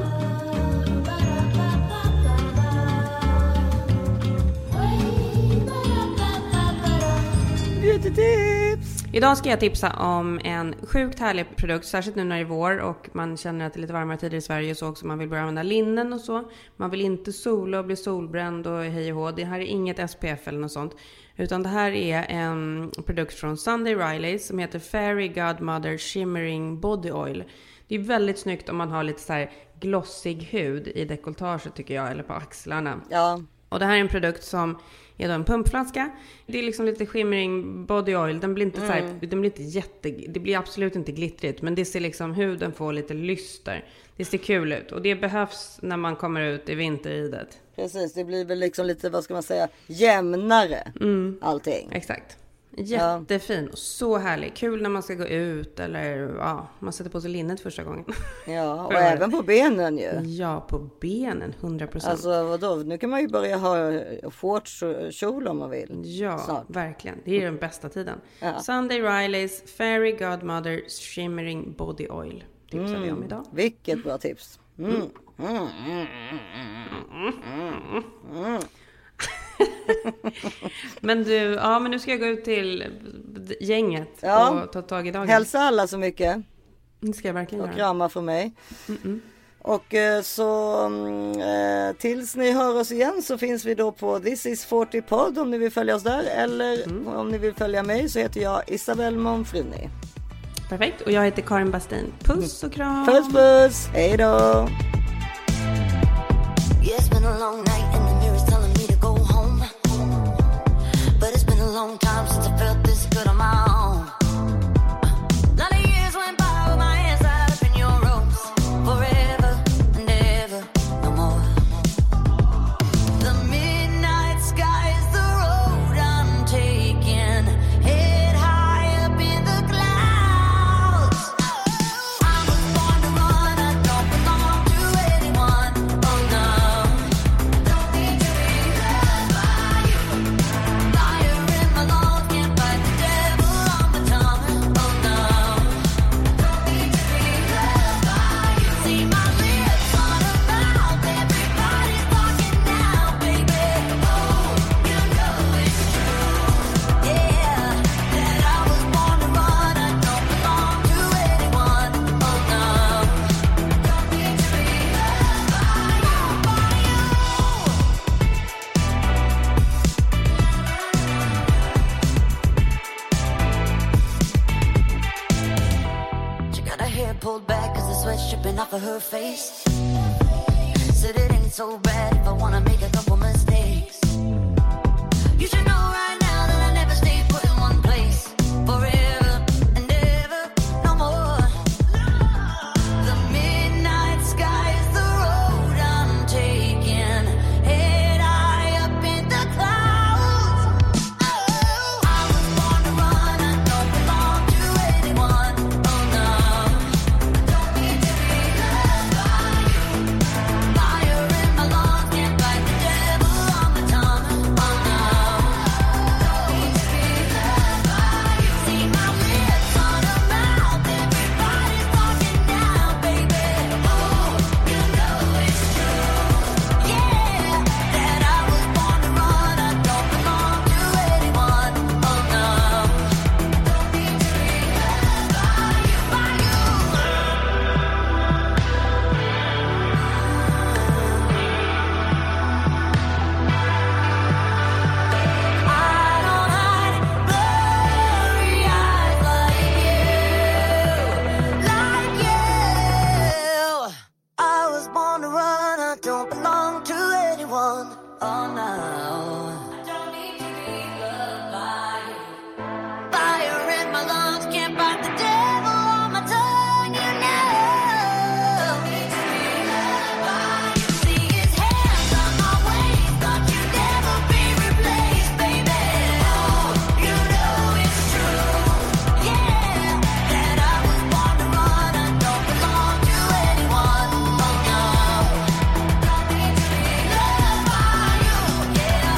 Beauty-tips! Idag ska jag tipsa om en sjukt härlig produkt, särskilt nu när det är vår och man känner att det är lite varmare tider i Sverige, så också man vill börja använda linnen och så. Man vill inte sola och bli solbränd och hej och hå. Det här är inget SPF eller något sånt, utan det här är en produkt från Sunday Riley som heter Fairy Godmother Shimmering Body Oil. Det är väldigt snyggt om man har lite så här glossig hud i dekoltaget tycker jag, eller på axlarna. Ja. Och det här är en produkt som är då en pumpflaska. Det är liksom lite shimmering body oil. Den blir inte så här, den blir inte det blir absolut inte glittrigt, men det ser liksom, huden får lite lyster. Det ser kul ut och det behövs när man kommer ut i vinteridet. Precis, det blir väl liksom lite, vad ska man säga, jämnare allting. Exakt. Jättefin och så härlig. Kul när man ska gå ut eller man sätter på sig linnet första gången. Ja, och även på benen ju. Ja, på benen, 100%. Alltså vadå, nu kan man ju börja ha shorts och kjol om man vill. Ja, snart. Verkligen. Det är den bästa tiden. Sunday Rileys Fairy Godmother Shimmering Body Oil tipsar vi om idag. Vilket bra tips. Men du, men nu ska jag gå ut till gänget och ta tag i dagen. Hälsa alla så mycket. Det ska jag verkligen göra. Och krama för mig. Och så tills ni hör oss igen så finns vi då på This is 40 podd om ni vill följa oss där. Eller om ni vill följa mig så heter jag Isabelle Monfrini. Perfekt, och jag heter Karin Bastin. Puss och kram. Puss, hej då. Yeah, it's been a long night and the mirror's telling me to go home. But it's been a long time since I felt this good on my own. A lot of years went by with my hands tied up in your ropes. Forever and ever, no more. The midnight sky is the road I'm taking. Head high up in the clouds. I was born to run, I don't belong to anyone. Oh no. Don't need to be loved by you. Fire in my lungs, can't fight the devil on my tongue. Oh no. Don't need to be loved by you. See my lips on a mouth, everybody's talking now, baby. Oh, you know it's true. Yeah, that I was born to run, I don't belong to anyone. Oh no. Don't need to be loved by you. She got her hair pulled back cause the sweat's dripping off of her face. Said it ain't so bad if I wanna make a couple mistakes. You should know right now that I never stay put in one place. Forever and ever, no more. The midnight sky is the road I'm taking. Head high up in the clouds. I was born to run, I don't belong to anyone. Oh no. Don't need to be loved by you. Fire in my lungs, can't fight the Oh no, I don't need to be loved by you. Fire in my lungs, can't fight the devil on my tongue, you know. Don't need to be loved by you. See his hands on my waist, thought you'd never be replaced, baby. Oh, you know it's true, yeah, that I was born to run and don't belong to anyone. Oh no, don't need to be loved by you, yeah.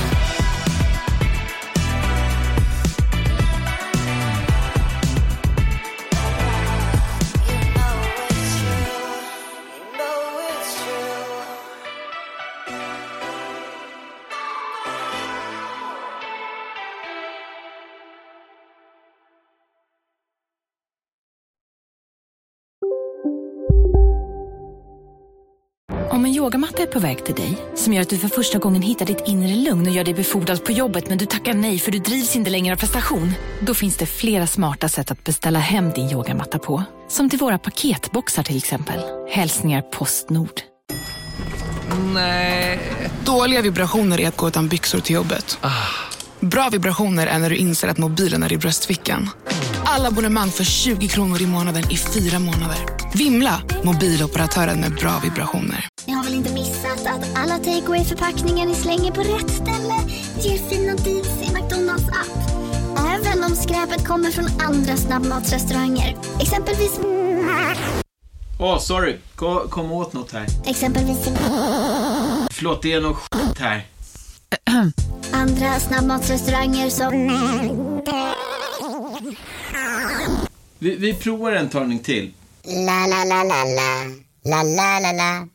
Om en yogamatta är på väg till dig, som gör att du för första gången hittar ditt inre lugn och gör dig befordrad på jobbet men du tackar nej för du drivs inte längre av prestation. Då finns det flera smarta sätt att beställa hem din yogamatta på. Som till våra paketboxar till exempel. Hälsningar Postnord. Nej. Dåliga vibrationer är att gå utan byxor till jobbet. Bra vibrationer är när du inser att mobilen är i bröstfickan. Alla abonnemang för 20 kronor i månaden i 4 månader. Vimla, mobiloperatören med bra vibrationer. Ni har väl inte missat att alla takeaway-förpackningar ni slänger på rätt ställe ger fina deals i McDonalds app. Även om skräpet kommer från andra snabbmatsrestauranger. Exempelvis... sorry. Kom åt något här. Exempelvis... Förlåt, det är något skit här. Andra snabbmatsrestauranger som... Vi provar en talning till. La la la la la. La la la la.